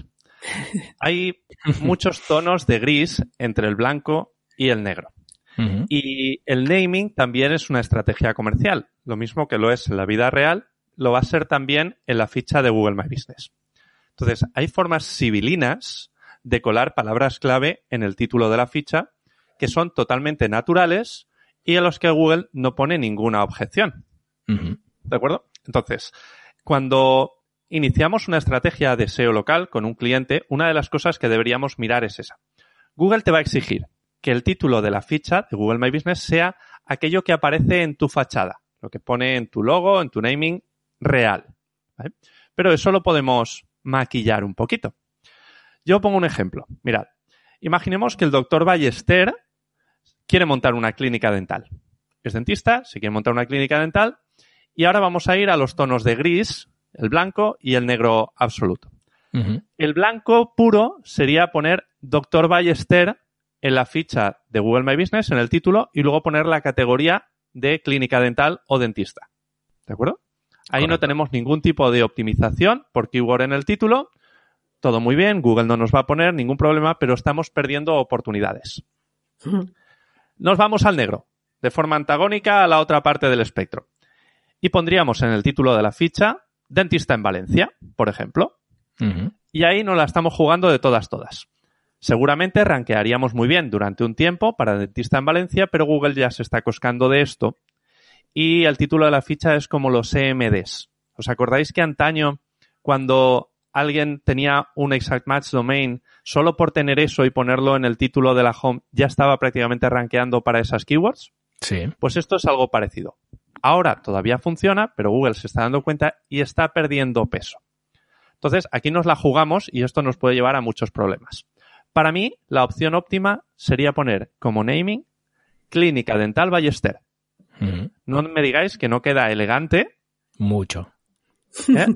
Hay muchos tonos de gris entre el blanco y el negro. Uh-huh. Y el naming también es una estrategia comercial. Lo mismo que lo es en la vida real, lo va a ser también en la ficha de Google My Business. Entonces, hay formas sibilinas de colar palabras clave en el título de la ficha que son totalmente naturales y a los que Google no pone ninguna objeción. Uh-huh. ¿De acuerdo? Entonces, cuando iniciamos una estrategia de S E O local con un cliente, una de las cosas que deberíamos mirar es esa. Google te va a exigir que el título de la ficha de Google My Business sea aquello que aparece en tu fachada, lo que pone en tu logo, en tu naming real, ¿vale? Pero eso lo podemos maquillar un poquito. Yo pongo un ejemplo. Mirad, imaginemos que el doctor Ballester quiere montar una clínica dental. Es dentista, se quiere montar una clínica dental y ahora vamos a ir a los tonos de gris, el blanco y el negro absoluto. Uh-huh. El blanco puro sería poner doctor Ballester en la ficha de Google My Business, en el título, y luego poner la categoría de clínica dental o dentista. ¿De acuerdo? Ahí Correcto. No tenemos ningún tipo de optimización por keyword en el título. Todo muy bien, Google no nos va a poner ningún problema, pero estamos perdiendo oportunidades. Uh-huh. Nos vamos al negro, de forma antagónica a la otra parte del espectro. Y pondríamos en el título de la ficha dentista en Valencia, por ejemplo. Uh-huh. Y ahí nos la estamos jugando de todas, todas. Seguramente rankearíamos muy bien durante un tiempo para dentista en Valencia, pero Google ya se está coscando de esto. Y el título de la ficha es como los E M Ds. ¿Os acordáis que antaño, cuando alguien tenía un exact match domain, solo por tener eso y ponerlo en el título de la home, ya estaba prácticamente rankeando para esas keywords? Sí. Pues esto es algo parecido. Ahora todavía funciona, pero Google se está dando cuenta y está perdiendo peso. Entonces, aquí nos la jugamos y esto nos puede llevar a muchos problemas. Para mí, la opción óptima sería poner como naming Clínica Dental Ballester. Uh-huh. No me digáis que no queda elegante. Mucho. ¿Eh?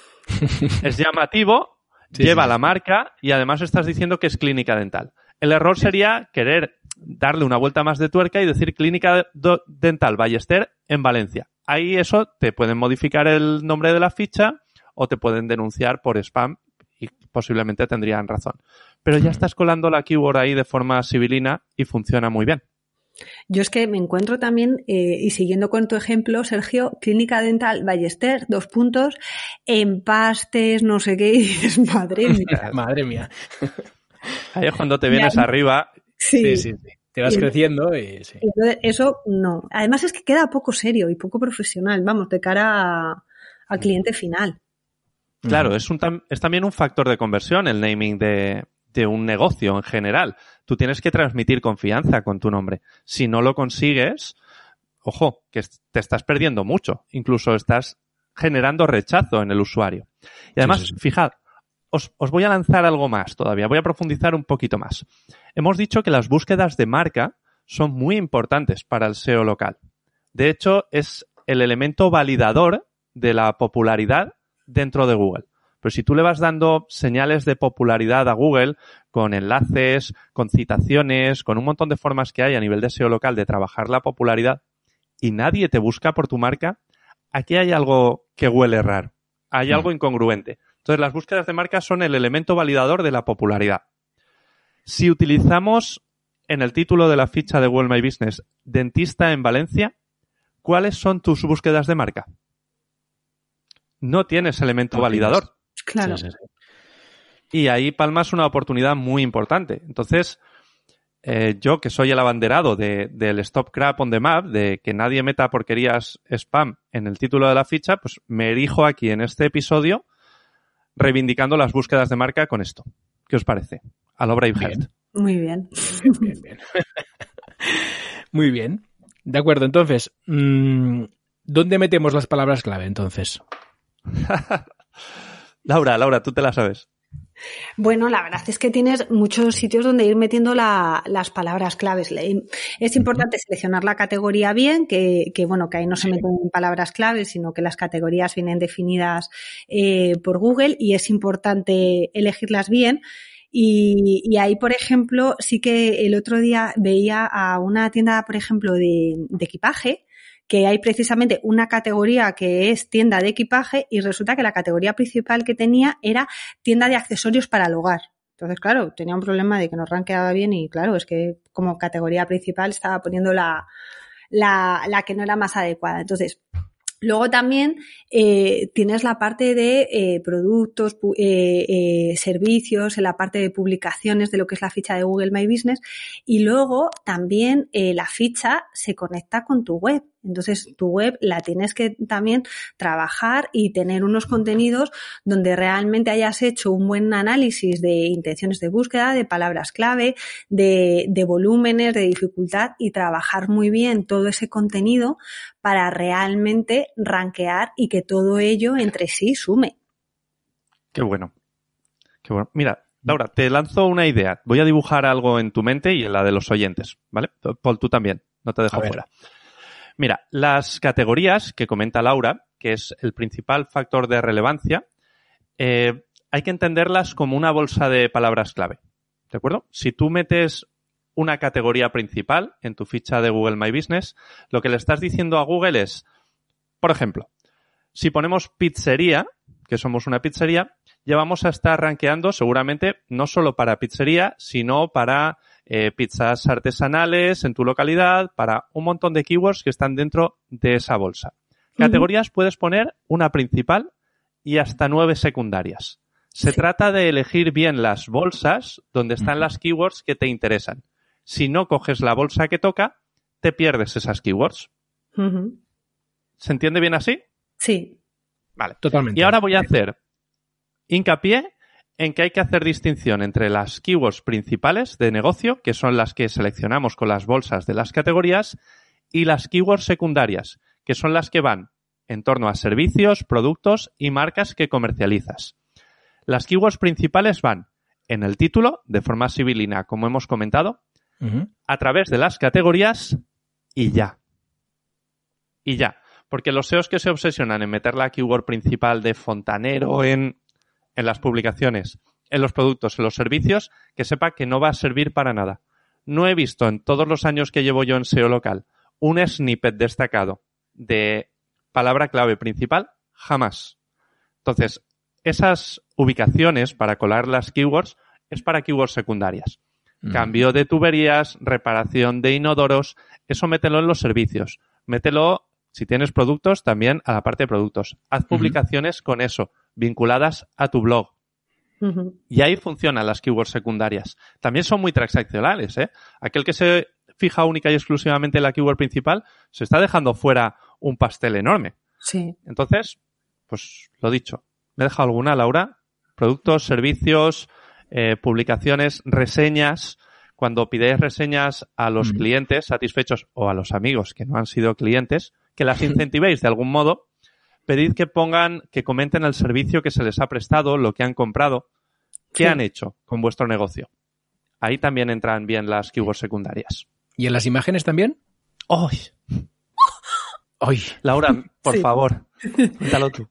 Es llamativo, sí, lleva sí, la sí. marca y además estás diciendo que es clínica dental. El error sería querer darle una vuelta más de tuerca y decir Clínica Dental Ballester en Valencia. Ahí eso te pueden modificar el nombre de la ficha o te pueden denunciar por spam y posiblemente tendrían razón. Pero ya estás colando la keyword ahí de forma sibilina y funciona muy bien. Yo es que me encuentro también, eh, y siguiendo con tu ejemplo, Sergio, Clínica Dental Ballester, dos puntos, empastes, no sé qué, y dices, madre mía. Madre mía. Ahí es cuando te vienes ya, arriba. Sí, sí, sí, sí. Te vas y, creciendo y sí. Entonces, eso no. Además es que queda poco serio y poco profesional, vamos, de cara a, al cliente final. Claro, es, un, es también un factor de conversión el naming de, de un negocio en general. Tú tienes que transmitir confianza con tu nombre. Si no lo consigues, ojo, que te estás perdiendo mucho. Incluso estás generando rechazo en el usuario. Y además, sí, sí, sí. fijad, os, os voy a lanzar algo más todavía. Voy a profundizar un poquito más. Hemos dicho que las búsquedas de marca son muy importantes para el S E O local. De hecho, es el elemento validador de la popularidad dentro de Google. Pero si tú le vas dando señales de popularidad a Google con enlaces, con citaciones, con un montón de formas que hay a nivel de S E O local de trabajar la popularidad y nadie te busca por tu marca, aquí hay algo que huele raro. Hay mm. algo incongruente. Entonces, las búsquedas de marca son el elemento validador de la popularidad. Si utilizamos en el título de la ficha de Google My Business dentista en Valencia, ¿cuáles son tus búsquedas de marca? No tienes elemento no validador. Tienes. Claro. Sí, sí, sí. Y ahí palmas una oportunidad muy importante. Entonces, eh, yo que soy el abanderado de, del Stop Crap on the Map, de que nadie meta porquerías spam en el título de la ficha, pues me erijo aquí en este episodio reivindicando las búsquedas de marca con esto. ¿Qué os parece? A lo Braveheart. Muy bien. Bien, bien, bien. Muy bien. De acuerdo, entonces, mmm, ¿dónde metemos las palabras clave entonces? Laura, Laura, tú te la sabes. Bueno, la verdad es que tienes muchos sitios donde ir metiendo la, las palabras claves. Es importante seleccionar la categoría bien, que, que bueno, que ahí no se meten palabras claves, sino que las categorías vienen definidas eh, por Google, y es importante elegirlas bien. Y, y ahí, por ejemplo, sí que el otro día veía a una tienda, por ejemplo, de, de equipaje, que hay precisamente una categoría que es tienda de equipaje, y resulta que la categoría principal que tenía era tienda de accesorios para el hogar. Entonces, claro, tenía un problema de que no rankeaba bien, y claro, es que como categoría principal estaba poniendo la, la, la que no era más adecuada. Entonces, luego también eh, tienes la parte de eh, productos, eh, eh, servicios, en la parte de publicaciones de lo que es la ficha de Google My Business, y luego también eh, la ficha se conecta con tu web. Entonces, tu web la tienes que también trabajar y tener unos contenidos donde realmente hayas hecho un buen análisis de intenciones de búsqueda, de palabras clave, de, de volúmenes, de dificultad, y trabajar muy bien todo ese contenido para realmente rankear y que todo ello entre sí sume. Qué bueno. Qué bueno. Mira, Laura, te lanzo una idea. Voy a dibujar algo en tu mente y en la de los oyentes, ¿vale? Paul, tú también. No te dejo fuera. Mira, las categorías que comenta Laura, que es el principal factor de relevancia, eh, hay que entenderlas como una bolsa de palabras clave, ¿de acuerdo? Si tú metes una categoría principal en tu ficha de Google My Business, lo que le estás diciendo a Google es, por ejemplo, si ponemos pizzería, que somos una pizzería, ya vamos a estar rankeando seguramente no solo para pizzería, sino para eh, pizzas artesanales en tu localidad, para un montón de keywords que están dentro de esa bolsa. Categorías uh-huh. Puedes poner una principal y hasta nueve secundarias. Se sí. trata de elegir bien las bolsas donde están uh-huh. las keywords que te interesan. Si no coges la bolsa que toca, te pierdes esas keywords. Uh-huh. ¿Se entiende bien así? Sí. Vale. Totalmente. Y ahora voy a hacer hincapié en que hay que hacer distinción entre las keywords principales de negocio, que son las que seleccionamos con las bolsas de las categorías, y las keywords secundarias, que son las que van en torno a servicios, productos y marcas que comercializas. Las keywords principales van en el título, de forma sibilina, como hemos comentado, uh-huh. a través de las categorías y ya. Y ya. Porque los S E Os que se obsesionan en meter la keyword principal de fontanero en, en las publicaciones, en los productos, en los servicios, que sepa que no va a servir para nada. No he visto en todos los años que llevo yo en S E O local un snippet destacado de palabra clave principal, jamás. Entonces, esas ubicaciones para colar las keywords es para keywords secundarias. Mm. Cambio de tuberías, reparación de inodoros, eso mételo en los servicios. Mételo, si tienes productos, también a la parte de productos. Haz publicaciones uh-huh. con eso, vinculadas a tu blog. Uh-huh. Y ahí funcionan las keywords secundarias. También son muy transaccionales, ¿eh? Aquel que se fija única y exclusivamente en la keyword principal se está dejando fuera un pastel enorme. Sí. Entonces, pues lo dicho. ¿Me he dejado alguna, Laura? Productos, servicios, eh, publicaciones, reseñas. Cuando pidáis reseñas a los uh-huh. clientes satisfechos o a los amigos que no han sido clientes, que las incentivéis de algún modo, pedid que pongan, que comenten el servicio que se les ha prestado, lo que han comprado, qué sí. han hecho con vuestro negocio. Ahí también entran bien las keywords secundarias. ¿Y en las imágenes también? ¡Ay! ¡Ay! Laura, por sí. favor, cuéntalo tú.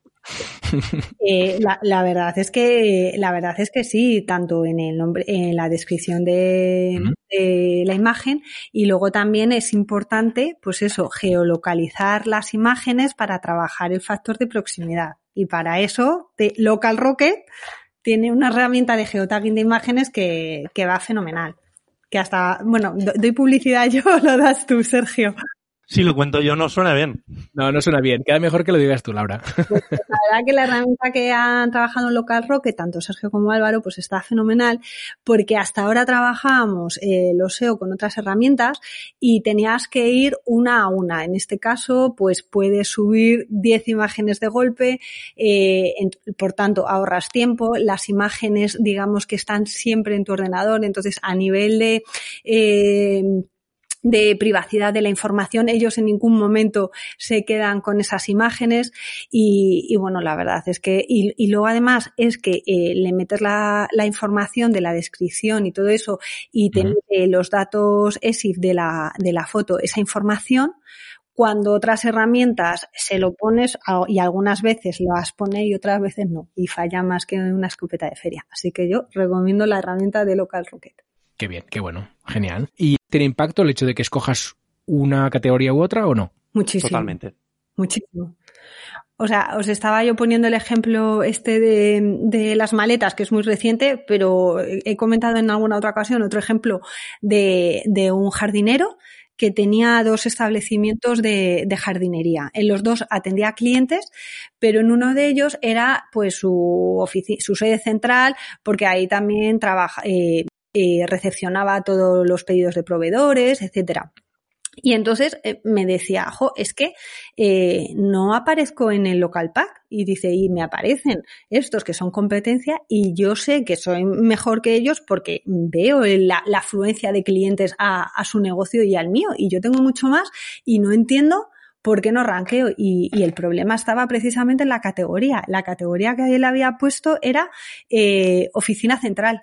Eh, la, la verdad es que la verdad es que sí, tanto en el nombre, en la descripción de, uh-huh. de la imagen, y luego también es importante, pues eso, geolocalizar las imágenes para trabajar el factor de proximidad. Y para eso, te, Local Rocket tiene una herramienta de geotagging de imágenes que, que va fenomenal. Que hasta, bueno, doy publicidad yo, lo das tú, Sergio. Si lo cuento yo no suena bien. No, no suena bien. Queda mejor que lo digas tú, Laura. Pues la verdad que la herramienta que han trabajado en Local Rocket, tanto Sergio como Álvaro, pues está fenomenal, porque hasta ahora trabajábamos eh, los S E O con otras herramientas y tenías que ir una a una. En este caso, pues puedes subir diez imágenes de golpe, eh, en, por tanto ahorras tiempo. Las imágenes, digamos que están siempre en tu ordenador, entonces a nivel de... Eh, de privacidad de la información, ellos en ningún momento se quedan con esas imágenes y, y bueno, la verdad es que, y, y luego además es que eh, le metes la, la información de la descripción y todo eso y te mete uh-huh. los datos E S I F de la, de la foto, esa información, cuando otras herramientas se lo pones y algunas veces lo has pone y otras veces no, y falla más que una escopeta de feria. Así que yo recomiendo la herramienta de Local Rocket. Qué bien, qué bueno, genial. ¿Y tiene impacto el hecho de que escojas una categoría u otra o no? Muchísimo. Totalmente. Muchísimo. O sea, os estaba yo poniendo el ejemplo este de, de las maletas, que es muy reciente, pero he comentado en alguna otra ocasión otro ejemplo de, de un jardinero que tenía dos establecimientos de, de jardinería. En los dos atendía a clientes, pero en uno de ellos era pues su ofici- su sede central, porque ahí también trabaja, eh, eh, recepcionaba todos los pedidos de proveedores, etcétera. Y entonces eh, me decía, jo, es que eh, no aparezco en el local pack. Y dice, y me aparecen estos que son competencia y yo sé que soy mejor que ellos porque veo la, la afluencia de clientes a, a su negocio y al mío. Y yo tengo mucho más y no entiendo por qué no ranqueo. Y, y el problema estaba precisamente en la categoría. La categoría que él había puesto era eh, oficina central.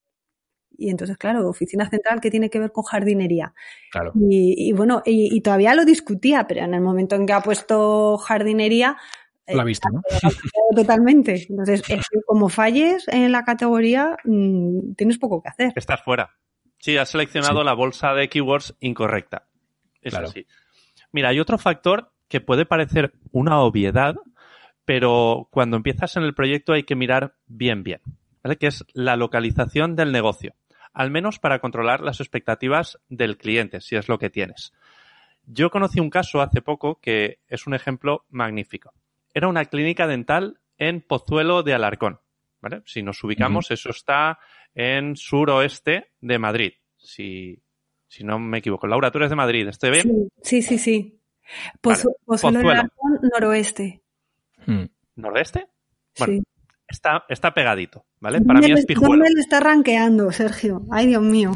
Y entonces, claro, oficina central, ¿qué tiene que ver con jardinería? Claro. Y, y bueno, y, y todavía lo discutía, pero en el momento en que ha puesto jardinería... Lo ha visto, ¿no? Totalmente. Entonces, es que como falles en la categoría, mmm, tienes poco que hacer. Estás fuera. Sí, has seleccionado sí. la bolsa de keywords incorrecta. Es claro. así. Mira, hay otro factor que puede parecer una obviedad, pero cuando empiezas en el proyecto hay que mirar bien, bien, ¿vale? Que es la localización del negocio. Al menos para controlar las expectativas del cliente, si es lo que tienes. Yo conocí un caso hace poco que es un ejemplo magnífico. Era una clínica dental en Pozuelo de Alarcón, ¿vale? Si nos ubicamos, uh-huh. eso está en suroeste de Madrid, si, si no me equivoco. Laura, tú eres de Madrid, ¿estoy bien? Sí, sí, sí. Pozu- vale. Pozuelo de Alarcón, noroeste. Hmm. ¿Noroeste? Bueno, sí. está, está pegadito, ¿vale? Para mí es Pijuelo. ¿Dónde le está rankeando, Sergio? Ay, Dios mío.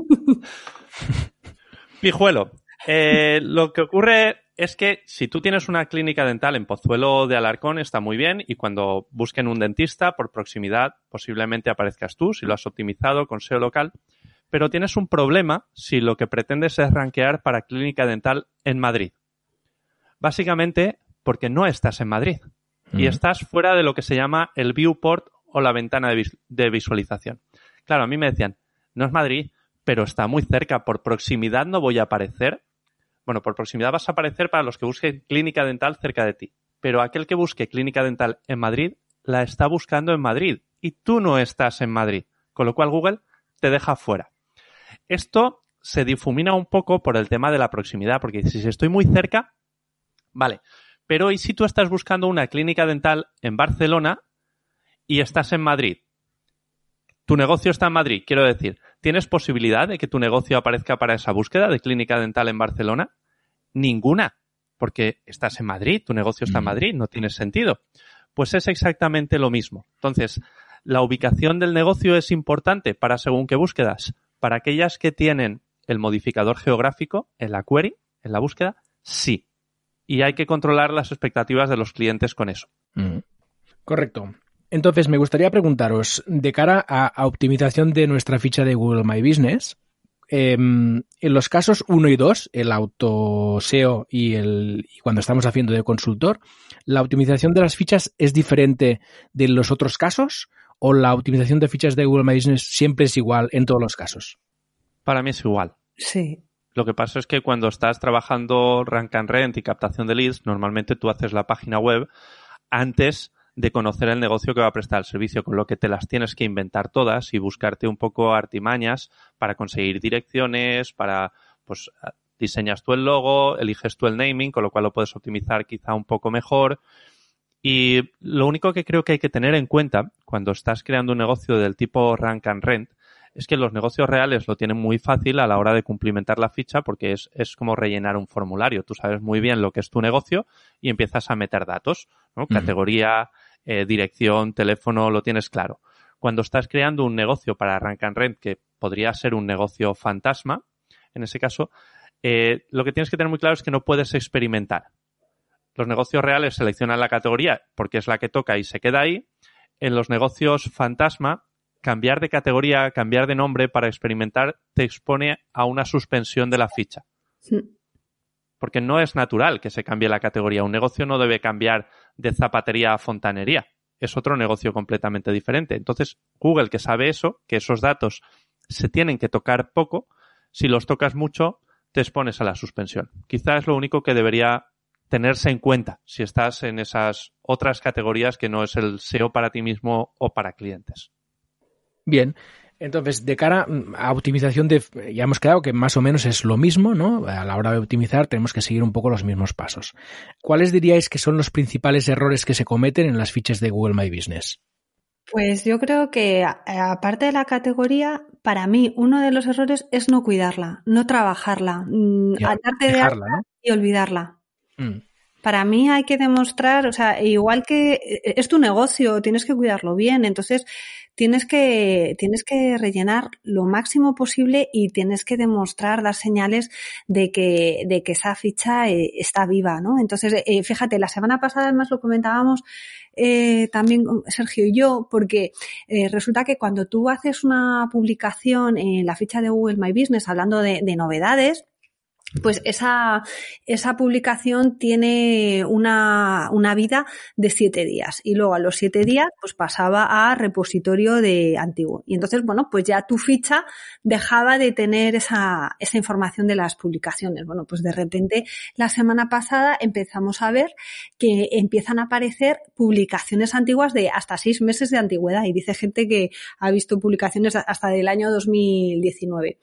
Pijuelo. Eh, lo que ocurre es que si tú tienes una clínica dental en Pozuelo de Alarcón está muy bien y cuando busquen un dentista por proximidad posiblemente aparezcas tú si lo has optimizado con S E O local, pero tienes un problema si lo que pretendes es rankear para clínica dental en Madrid. Básicamente porque no estás en Madrid mm. y estás fuera de lo que se llama el viewport o la ventana de, vis- de visualización. Claro, a mí me decían, no es Madrid, pero está muy cerca, por proximidad no voy a aparecer. Bueno, por proximidad vas a aparecer para los que busquen clínica dental cerca de ti. Pero aquel que busque clínica dental en Madrid, la está buscando en Madrid. Y tú no estás en Madrid. Con lo cual Google te deja fuera. Esto se difumina un poco por el tema de la proximidad. Porque si estoy muy cerca, vale. Pero ¿y si tú estás buscando una clínica dental en Barcelona y estás en Madrid? Tu negocio está en Madrid, quiero decir, ¿tienes posibilidad de que tu negocio aparezca para esa búsqueda de clínica dental en Barcelona? Ninguna, porque estás en Madrid, tu negocio está en Madrid, no tiene sentido. Pues es exactamente lo mismo. Entonces, ¿la ubicación del negocio es importante para según qué búsquedas? Para aquellas que tienen el modificador geográfico en la query, en la búsqueda, sí. Y hay que controlar las expectativas de los clientes con eso. Mm. Correcto. Entonces, me gustaría preguntaros, de cara a, a optimización de nuestra ficha de Google My Business, eh, en los casos uno y dos, el auto S E O y, el, y cuando estamos haciendo de consultor, ¿la optimización de las fichas es diferente de los otros casos o la optimización de fichas de Google My Business siempre es igual en todos los casos? Para mí es igual. Sí. Lo que pasa es que cuando estás trabajando Rank and Rent y captación de leads, normalmente tú haces la página web antes de conocer el negocio que va a prestar el servicio, con lo que te las tienes que inventar todas y buscarte un poco artimañas para conseguir direcciones, para pues Diseñas tú el logo, eliges tú el naming, con lo cual lo puedes optimizar quizá un poco mejor. Y lo único que creo que hay que tener en cuenta cuando estás creando un negocio del tipo Rank and Rent es que los negocios reales lo tienen muy fácil a la hora de cumplimentar la ficha porque es, es como rellenar un formulario. Tú sabes muy bien lo que es tu negocio y empiezas a meter datos, ¿no? Uh-huh. Categoría, eh, dirección, teléfono, lo tienes claro. Cuando estás creando un negocio para Rank and Rent, que podría ser un negocio fantasma, en ese caso, eh, lo que tienes que tener muy claro es que no puedes experimentar. Los negocios reales seleccionan la categoría porque es la que toca y se queda ahí. En los negocios fantasma, cambiar de categoría, cambiar de nombre para experimentar te expone a una suspensión de la ficha. Sí. Porque no es natural que se cambie la categoría. Un negocio no debe cambiar de zapatería a fontanería. Es otro negocio completamente diferente. Entonces, Google, que sabe eso, que esos datos se tienen que tocar poco, si los tocas mucho, te expones a la suspensión. Quizás es lo único que debería tenerse en cuenta si estás en esas otras categorías que no es el S E O para ti mismo o para clientes. Bien, entonces de cara a optimización de, ya hemos quedado que más o menos es lo mismo, ¿no? A la hora de optimizar tenemos que seguir un poco los mismos pasos. ¿Cuáles diríais que son los principales errores que se cometen en las fichas de Google My Business? Pues yo creo que aparte de la categoría, para mí uno de los errores es no cuidarla, no trabajarla, ya, darte de alta, ¿no? Y olvidarla. Mm. Para mí hay que demostrar, o sea, igual que es tu negocio, tienes que cuidarlo bien, entonces tienes que, tienes que rellenar lo máximo posible y tienes que demostrar, dar señales de que, de que esa ficha eh, está viva, ¿no? Entonces, eh, fíjate, la semana pasada además lo comentábamos eh, también Sergio y yo, porque eh, resulta que cuando tú haces una publicación en la ficha de Google My Business hablando de, de novedades, pues esa, esa publicación tiene una, una vida de siete días y luego a los siete días pues pasaba a repositorio de antiguo. Y entonces, bueno, pues ya tu ficha dejaba de tener esa, esa información de las publicaciones. Bueno, pues de repente la semana pasada empezamos a ver que empiezan a aparecer publicaciones antiguas de hasta seis meses de antigüedad y dice gente que ha visto publicaciones hasta del año dos mil diecinueve.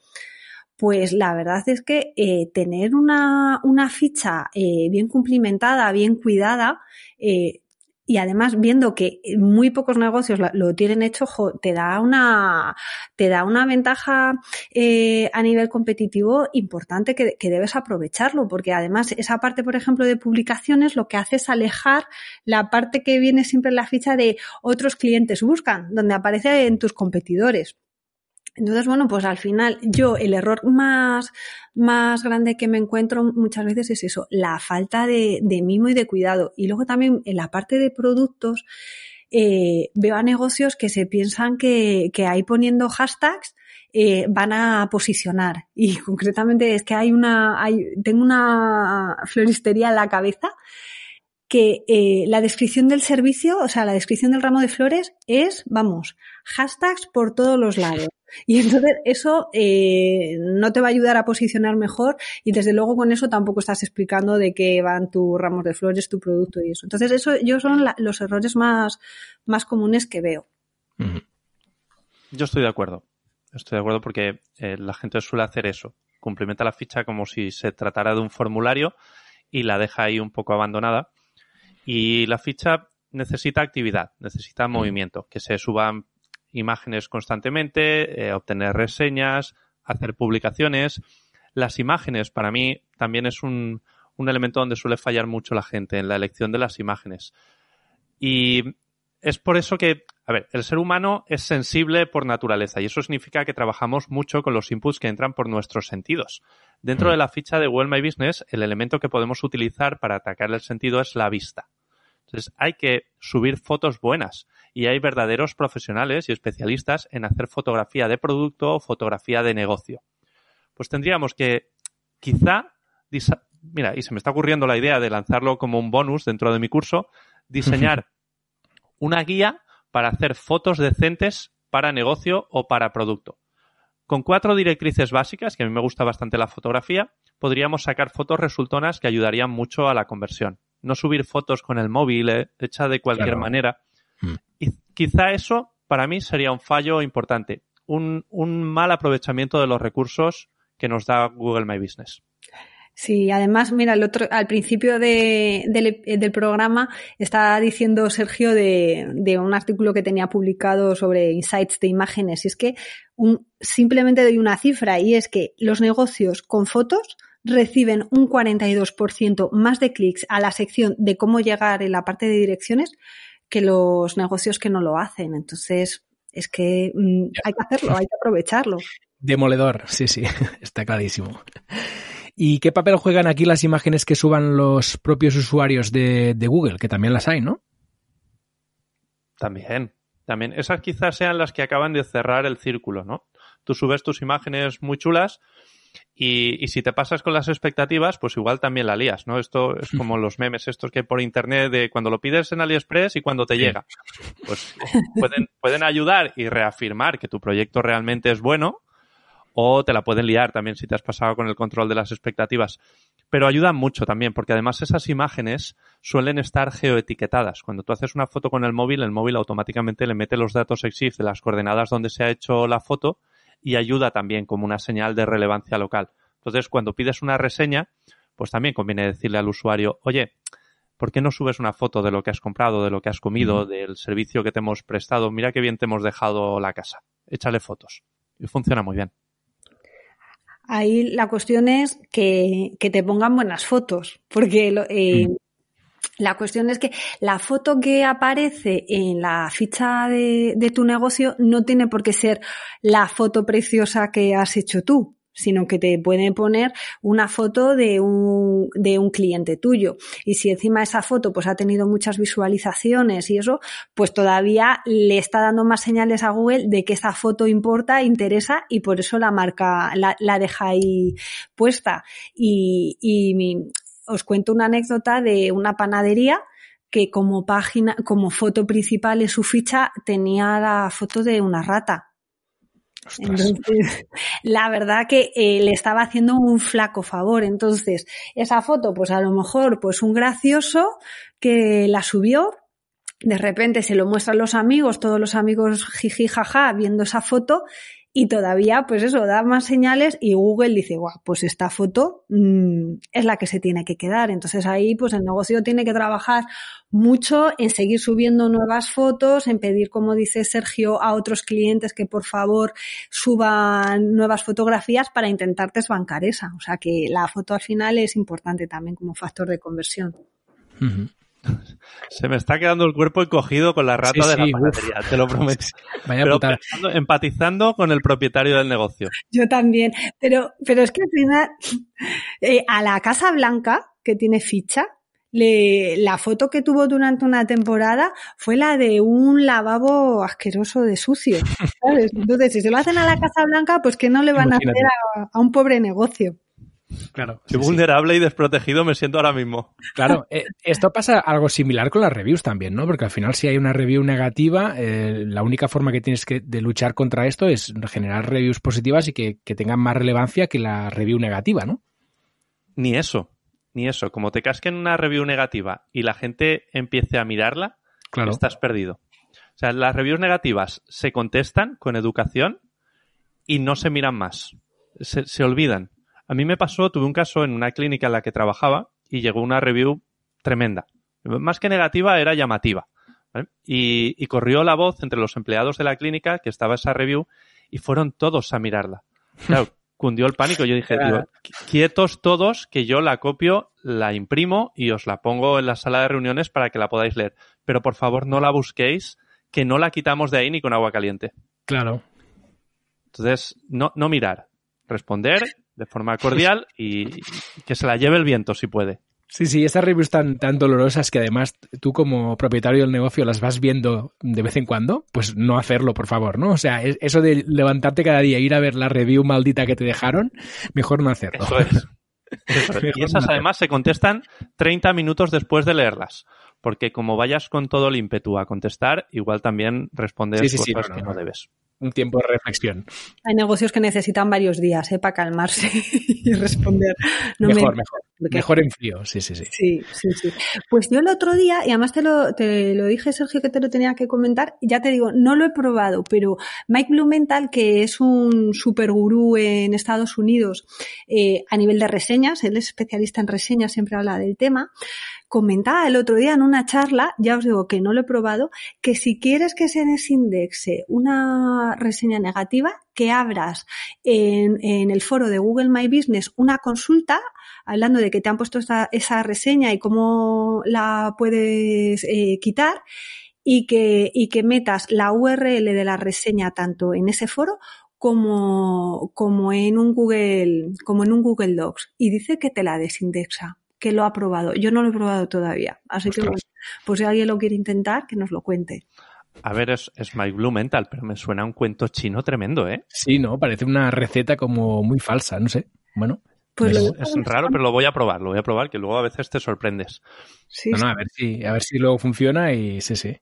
Pues la verdad es que eh, tener una, una ficha eh, bien cumplimentada, bien cuidada, eh, y además viendo que muy pocos negocios lo tienen hecho, jo, te da una, te da una ventaja eh, a nivel competitivo importante que, que debes aprovecharlo, porque además esa parte, por ejemplo, de publicaciones lo que hace es alejar la parte que viene siempre en la ficha de otros clientes buscan, donde aparece en tus competidores. Entonces, bueno, pues al final yo el error más, más grande que me encuentro muchas veces es eso, la falta de, de mimo y de cuidado. Y luego también en la parte de productos eh, veo a negocios que se piensan que, que ahí poniendo hashtags eh, van a posicionar. Y concretamente es que hay una, hay, tengo una floristería en la cabeza que eh, la descripción del servicio, o sea, la descripción del ramo de flores es, vamos, hashtags por todos los lados. Y entonces eso eh, no te va a ayudar a posicionar mejor y desde luego con eso tampoco estás explicando de qué van tus ramos de flores, tu producto y eso. Entonces eso yo son la, los errores más, más comunes que veo. Yo estoy de acuerdo. Estoy de acuerdo porque eh, la gente suele hacer eso. Complementa la ficha como si se tratara de un formulario y la deja ahí un poco abandonada. Y la ficha necesita actividad, necesita movimiento, que se suban imágenes constantemente, eh, obtener reseñas, hacer publicaciones. Las imágenes, para mí, también es un, un elemento donde suele fallar mucho la gente en la elección de las imágenes. Y es por eso que, a ver, el ser humano es sensible por naturaleza y eso significa que trabajamos mucho con los inputs que entran por nuestros sentidos. Dentro de la ficha de Google My Business, el elemento que podemos utilizar para atacar el sentido es la vista. Entonces, hay que subir fotos buenas y hay verdaderos profesionales y especialistas en hacer fotografía de producto o fotografía de negocio. Pues tendríamos que, quizá, disa- mira, y se me está ocurriendo la idea de lanzarlo como un bonus dentro de mi curso, diseñar una guía para hacer fotos decentes para negocio o para producto. Con cuatro directrices básicas, que a mí me gusta bastante la fotografía, podríamos sacar fotos resultonas que ayudarían mucho a la conversión. No subir fotos con el móvil, eh, hecha de cualquier claro. manera. Mm. Y quizá eso, para mí, sería un fallo importante. Un, un mal aprovechamiento de los recursos que nos da Google My Business. Sí, además, mira, el otro, al principio de, del, del programa estaba diciendo Sergio de, de un artículo que tenía publicado sobre insights de imágenes. Y es que un, simplemente doy una cifra, y es que los negocios con fotos reciben un cuarenta y dos por ciento más de clics a la sección de cómo llegar en la parte de direcciones que los negocios que no lo hacen. Entonces, es que mmm, hay que hacerlo, hay que aprovecharlo. Demoledor, sí, sí, está clarísimo. ¿Y qué papel juegan aquí las imágenes que suban los propios usuarios de, de Google? Que también las hay, ¿no? También, también. Esas quizás sean las que acaban de cerrar el círculo, ¿no? Tú subes tus imágenes muy chulas y, y si te pasas con las expectativas, pues igual también la lías, ¿no? Esto es como los memes estos que hay por internet de cuando lo pides en AliExpress y cuando te llega. Pues pueden, pueden ayudar y reafirmar que tu proyecto realmente es bueno, o te la pueden liar también si te has pasado con el control de las expectativas. Pero ayudan mucho también, porque además esas imágenes suelen estar geoetiquetadas. Cuando tú haces una foto con el móvil, el móvil automáticamente le mete los datos EXIF de las coordenadas donde se ha hecho la foto y ayuda también como una señal de relevancia local. Entonces, cuando pides una reseña, pues también conviene decirle al usuario, oye, ¿por qué no subes una foto de lo que has comprado, de lo que has comido, del servicio que te hemos prestado? Mira qué bien te hemos dejado la casa. Échale fotos. Y funciona muy bien. Ahí la cuestión es que, que te pongan buenas fotos, porque lo, eh, mm. la cuestión es que la foto que aparece en la ficha de, de tu negocio no tiene por qué ser la foto preciosa que has hecho tú, sino que te pueden poner una foto de un, de un cliente tuyo. Y si encima esa foto pues ha tenido muchas visualizaciones y eso, pues todavía le está dando más señales a Google de que esa foto importa, interesa, y por eso la marca, la, la deja ahí puesta. Y, y mi, os cuento una anécdota de una panadería que como página, como foto principal en su ficha tenía la foto de una rata. Ostras. Entonces, la verdad que eh, le estaba haciendo un flaco favor. Entonces, esa foto, pues a lo mejor, pues un gracioso que la subió, de repente se lo muestran los amigos, todos los amigos jiji jaja viendo esa foto, y todavía, pues eso, da más señales y Google dice, guau, pues esta foto mmm, es la que se tiene que quedar. Entonces ahí, pues el negocio tiene que trabajar mucho en seguir subiendo nuevas fotos, en pedir, como dice Sergio, a otros clientes que por favor suban nuevas fotografías para intentar desbancar esa. O sea que la foto al final es importante también como factor de conversión. Uh-huh. Se me está quedando el cuerpo encogido con la rata sí, de la sí, panadería, uf. Te lo prometo. Vaya pero putada. Pensando, empatizando con el propietario del negocio. Yo también, pero, pero es que al final, eh, a la Casa Blanca, que tiene ficha, le, la foto que tuvo durante una temporada fue la de un lavabo asqueroso de sucio, ¿sabes? Entonces, si se lo hacen a la Casa Blanca, pues que no le van Imagínate. a hacer a, a un pobre negocio. Claro. Qué sí, vulnerable sí. y desprotegido me siento ahora mismo. Claro, eh, esto pasa algo similar con las reviews también, ¿no? Porque al final si hay una review negativa, eh, la única forma que tienes que, de luchar contra esto es generar reviews positivas y que, que tengan más relevancia que la review negativa, ¿no? Ni eso, ni eso. Como te casquen una review negativa y la gente empiece a mirarla, claro. estás perdido. O sea, las reviews negativas se contestan con educación y no se miran más. Se, se olvidan. A mí me pasó, tuve un caso en una clínica en la que trabajaba y llegó una review tremenda. Más que negativa, era llamativa. ¿Vale? Y, y corrió la voz entre los empleados de la clínica que estaba esa review y fueron todos a mirarla. Claro, cundió el pánico. Yo dije, digo, quietos todos, que yo la copio, la imprimo y os la pongo en la sala de reuniones para que la podáis leer. Pero por favor no la busquéis, que no la quitamos de ahí ni con agua caliente. Claro. Entonces, no, no mirar, responder de forma cordial y que se la lleve el viento si puede. Sí, sí, estas reviews tan, tan dolorosas que además tú como propietario del negocio las vas viendo de vez en cuando, pues no hacerlo, por favor, ¿no? O sea, eso de levantarte cada día e ir a ver la review maldita que te dejaron, mejor no hacerlo. Eso es. Eso es. Y esas además se contestan treinta minutos después de leerlas, porque como vayas con todo el ímpetu a contestar, igual también respondes sí, sí, cosas sí, no, no, que no debes. Un tiempo de reflexión. Hay negocios que necesitan varios días ¿eh? para calmarse y responder. No mejor, me... mejor. Mejor en frío, sí, sí, sí. Sí, sí, sí. Pues yo el otro día, y además te lo, te lo dije, Sergio, que te lo tenía que comentar, ya te digo, no lo he probado, pero Mike Blumenthal, que es un super gurú en Estados Unidos eh, a nivel de reseñas, él es especialista en reseñas, siempre habla del tema, comentaba el otro día en una charla, ya os digo que no lo he probado, que si quieres que se desindexe una reseña negativa, que abras en, en el foro de Google My Business una consulta hablando de que te han puesto esta, esa reseña y cómo la puedes eh, quitar y que, y que metas la U R L de la reseña tanto en ese foro como, como en un Google, como en un Google Docs. Y dice que te la desindexa, que lo ha probado. Yo no lo he probado todavía. Así Ostras. que, bueno, pues si alguien lo quiere intentar, que nos lo cuente. A ver, es, es Mike Blumenthal, pero me suena a un cuento chino tremendo, ¿eh? Sí, ¿no? Parece una receta como muy falsa, no sé. Bueno. Pues es, es raro, pero lo voy a probar, lo voy a probar, que luego a veces te sorprendes. Sí, no, no, a ver si, a ver si luego funciona y sí, sí.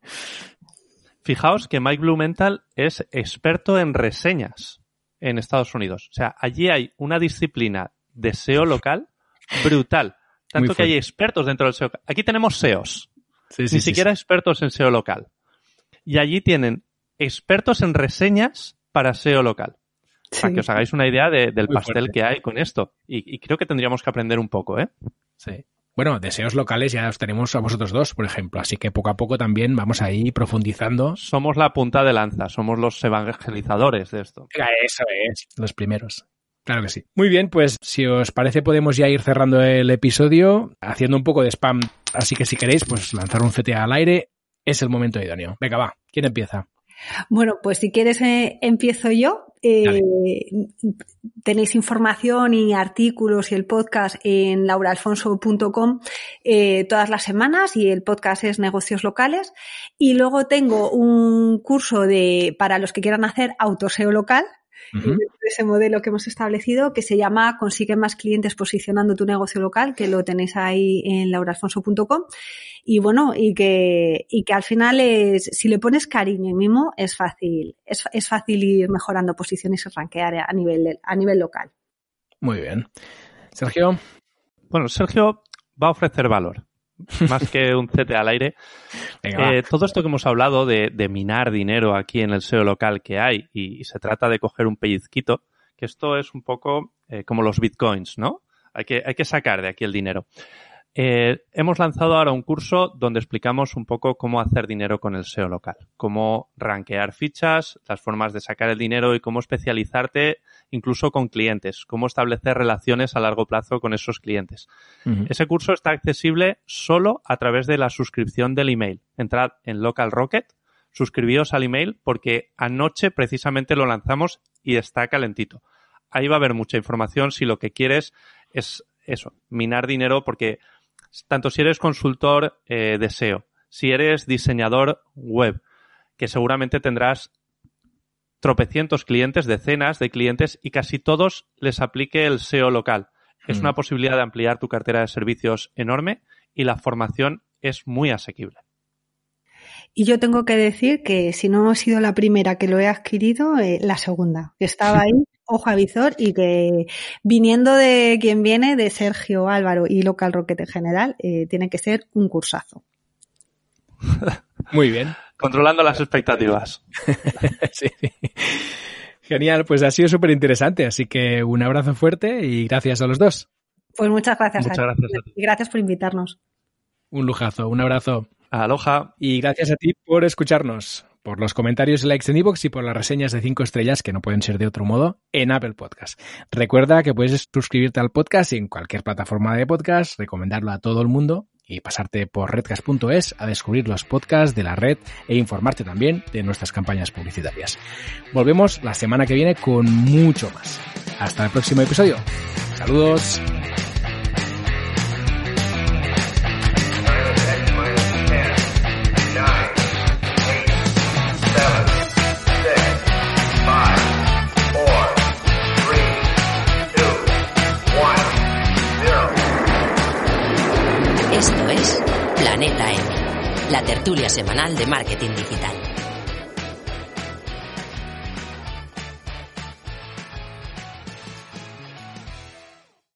Fijaos que Mike Blumenthal es experto en reseñas en Estados Unidos. O sea, allí hay una disciplina de S E O local brutal. Tanto que hay expertos dentro del S E O. Aquí tenemos S E Os. Sí, sí, Ni sí, siquiera sí. expertos en S E O local. Y allí tienen expertos en reseñas para S E O local. Sí. Para que os hagáis una idea de, del Muy pastel fuerte. que hay con esto. Y, y creo que tendríamos que aprender un poco, ¿eh? Sí. Bueno, deseos locales ya os tenemos a vosotros dos, por ejemplo. Así que poco a poco también vamos ahí profundizando. Somos la punta de lanza. Somos los evangelizadores de esto. Eso es. Los primeros. Claro que sí. Muy bien, pues si os parece podemos ya ir cerrando el episodio haciendo un poco de spam. Así que si queréis, pues lanzar un C T A al aire es el momento idóneo. Venga, va. ¿Quién empieza? Bueno, pues si quieres eh, empiezo yo. Eh, tenéis información y artículos y el podcast en laura alfonso punto com eh, todas las semanas y el podcast es Negocios Locales. Y luego tengo un curso de para los que quieran hacer autoseo local. Uh-huh. Ese modelo que hemos establecido que se llama Consigue más clientes posicionando tu negocio local, que lo tenéis ahí en laura alfonso punto com y bueno, y que y que al final es, si le pones cariño y mimo es fácil, es, es fácil ir mejorando posiciones y rankear a nivel a nivel local. Muy bien. Sergio. Bueno, Sergio va a ofrecer valor. Más que un C T al aire. Venga, eh, todo esto que hemos hablado de, de minar dinero aquí en el S E O local que hay y, y se trata de coger un pellizquito, que esto es un poco eh, como los bitcoins, ¿no? Hay que, hay que sacar de aquí el dinero. Eh, hemos lanzado ahora un curso donde explicamos un poco cómo hacer dinero con el S E O local, cómo rankear fichas, las formas de sacar el dinero y cómo especializarte incluso con clientes, cómo establecer relaciones a largo plazo con esos clientes. Uh-huh. Ese curso está accesible solo a través de la suscripción del email. Entrad en Local Rocket, suscribíos al email porque anoche precisamente lo lanzamos y está calentito. Ahí va a haber mucha información si lo que quieres es eso, minar dinero porque tanto si eres consultor eh, de S E O, si eres diseñador web, que seguramente tendrás tropecientos clientes, decenas de clientes y casi todos les aplique el S E O local. Es mm. una posibilidad de ampliar tu cartera de servicios enorme y la formación es muy asequible. Y yo tengo que decir que si no he sido la primera que lo he adquirido, eh, la segunda, que estaba ahí, ojo a visor, y que viniendo de quien viene, de Sergio, Álvaro y Local Rocket en general, eh, tiene que ser un cursazo. Muy bien. Controlando las expectativas. Sí. Genial, pues ha sido súper interesante, así que un abrazo fuerte y gracias a los dos. Pues muchas gracias muchas a gracias ti. Y gracias por invitarnos. Un lujazo, un abrazo. Aloha. Y gracias a ti por escucharnos, por los comentarios y likes en iVoox y por las reseñas de cinco estrellas, que no pueden ser de otro modo, en Apple Podcast. Recuerda que puedes suscribirte al podcast en cualquier plataforma de podcast, recomendarlo a todo el mundo y pasarte por redcast punto es a descubrir los podcasts de la red e informarte también de nuestras campañas publicitarias. Volvemos la semana que viene con mucho más. Hasta el próximo episodio. Saludos. Esto es Planeta M, la tertulia semanal de marketing digital.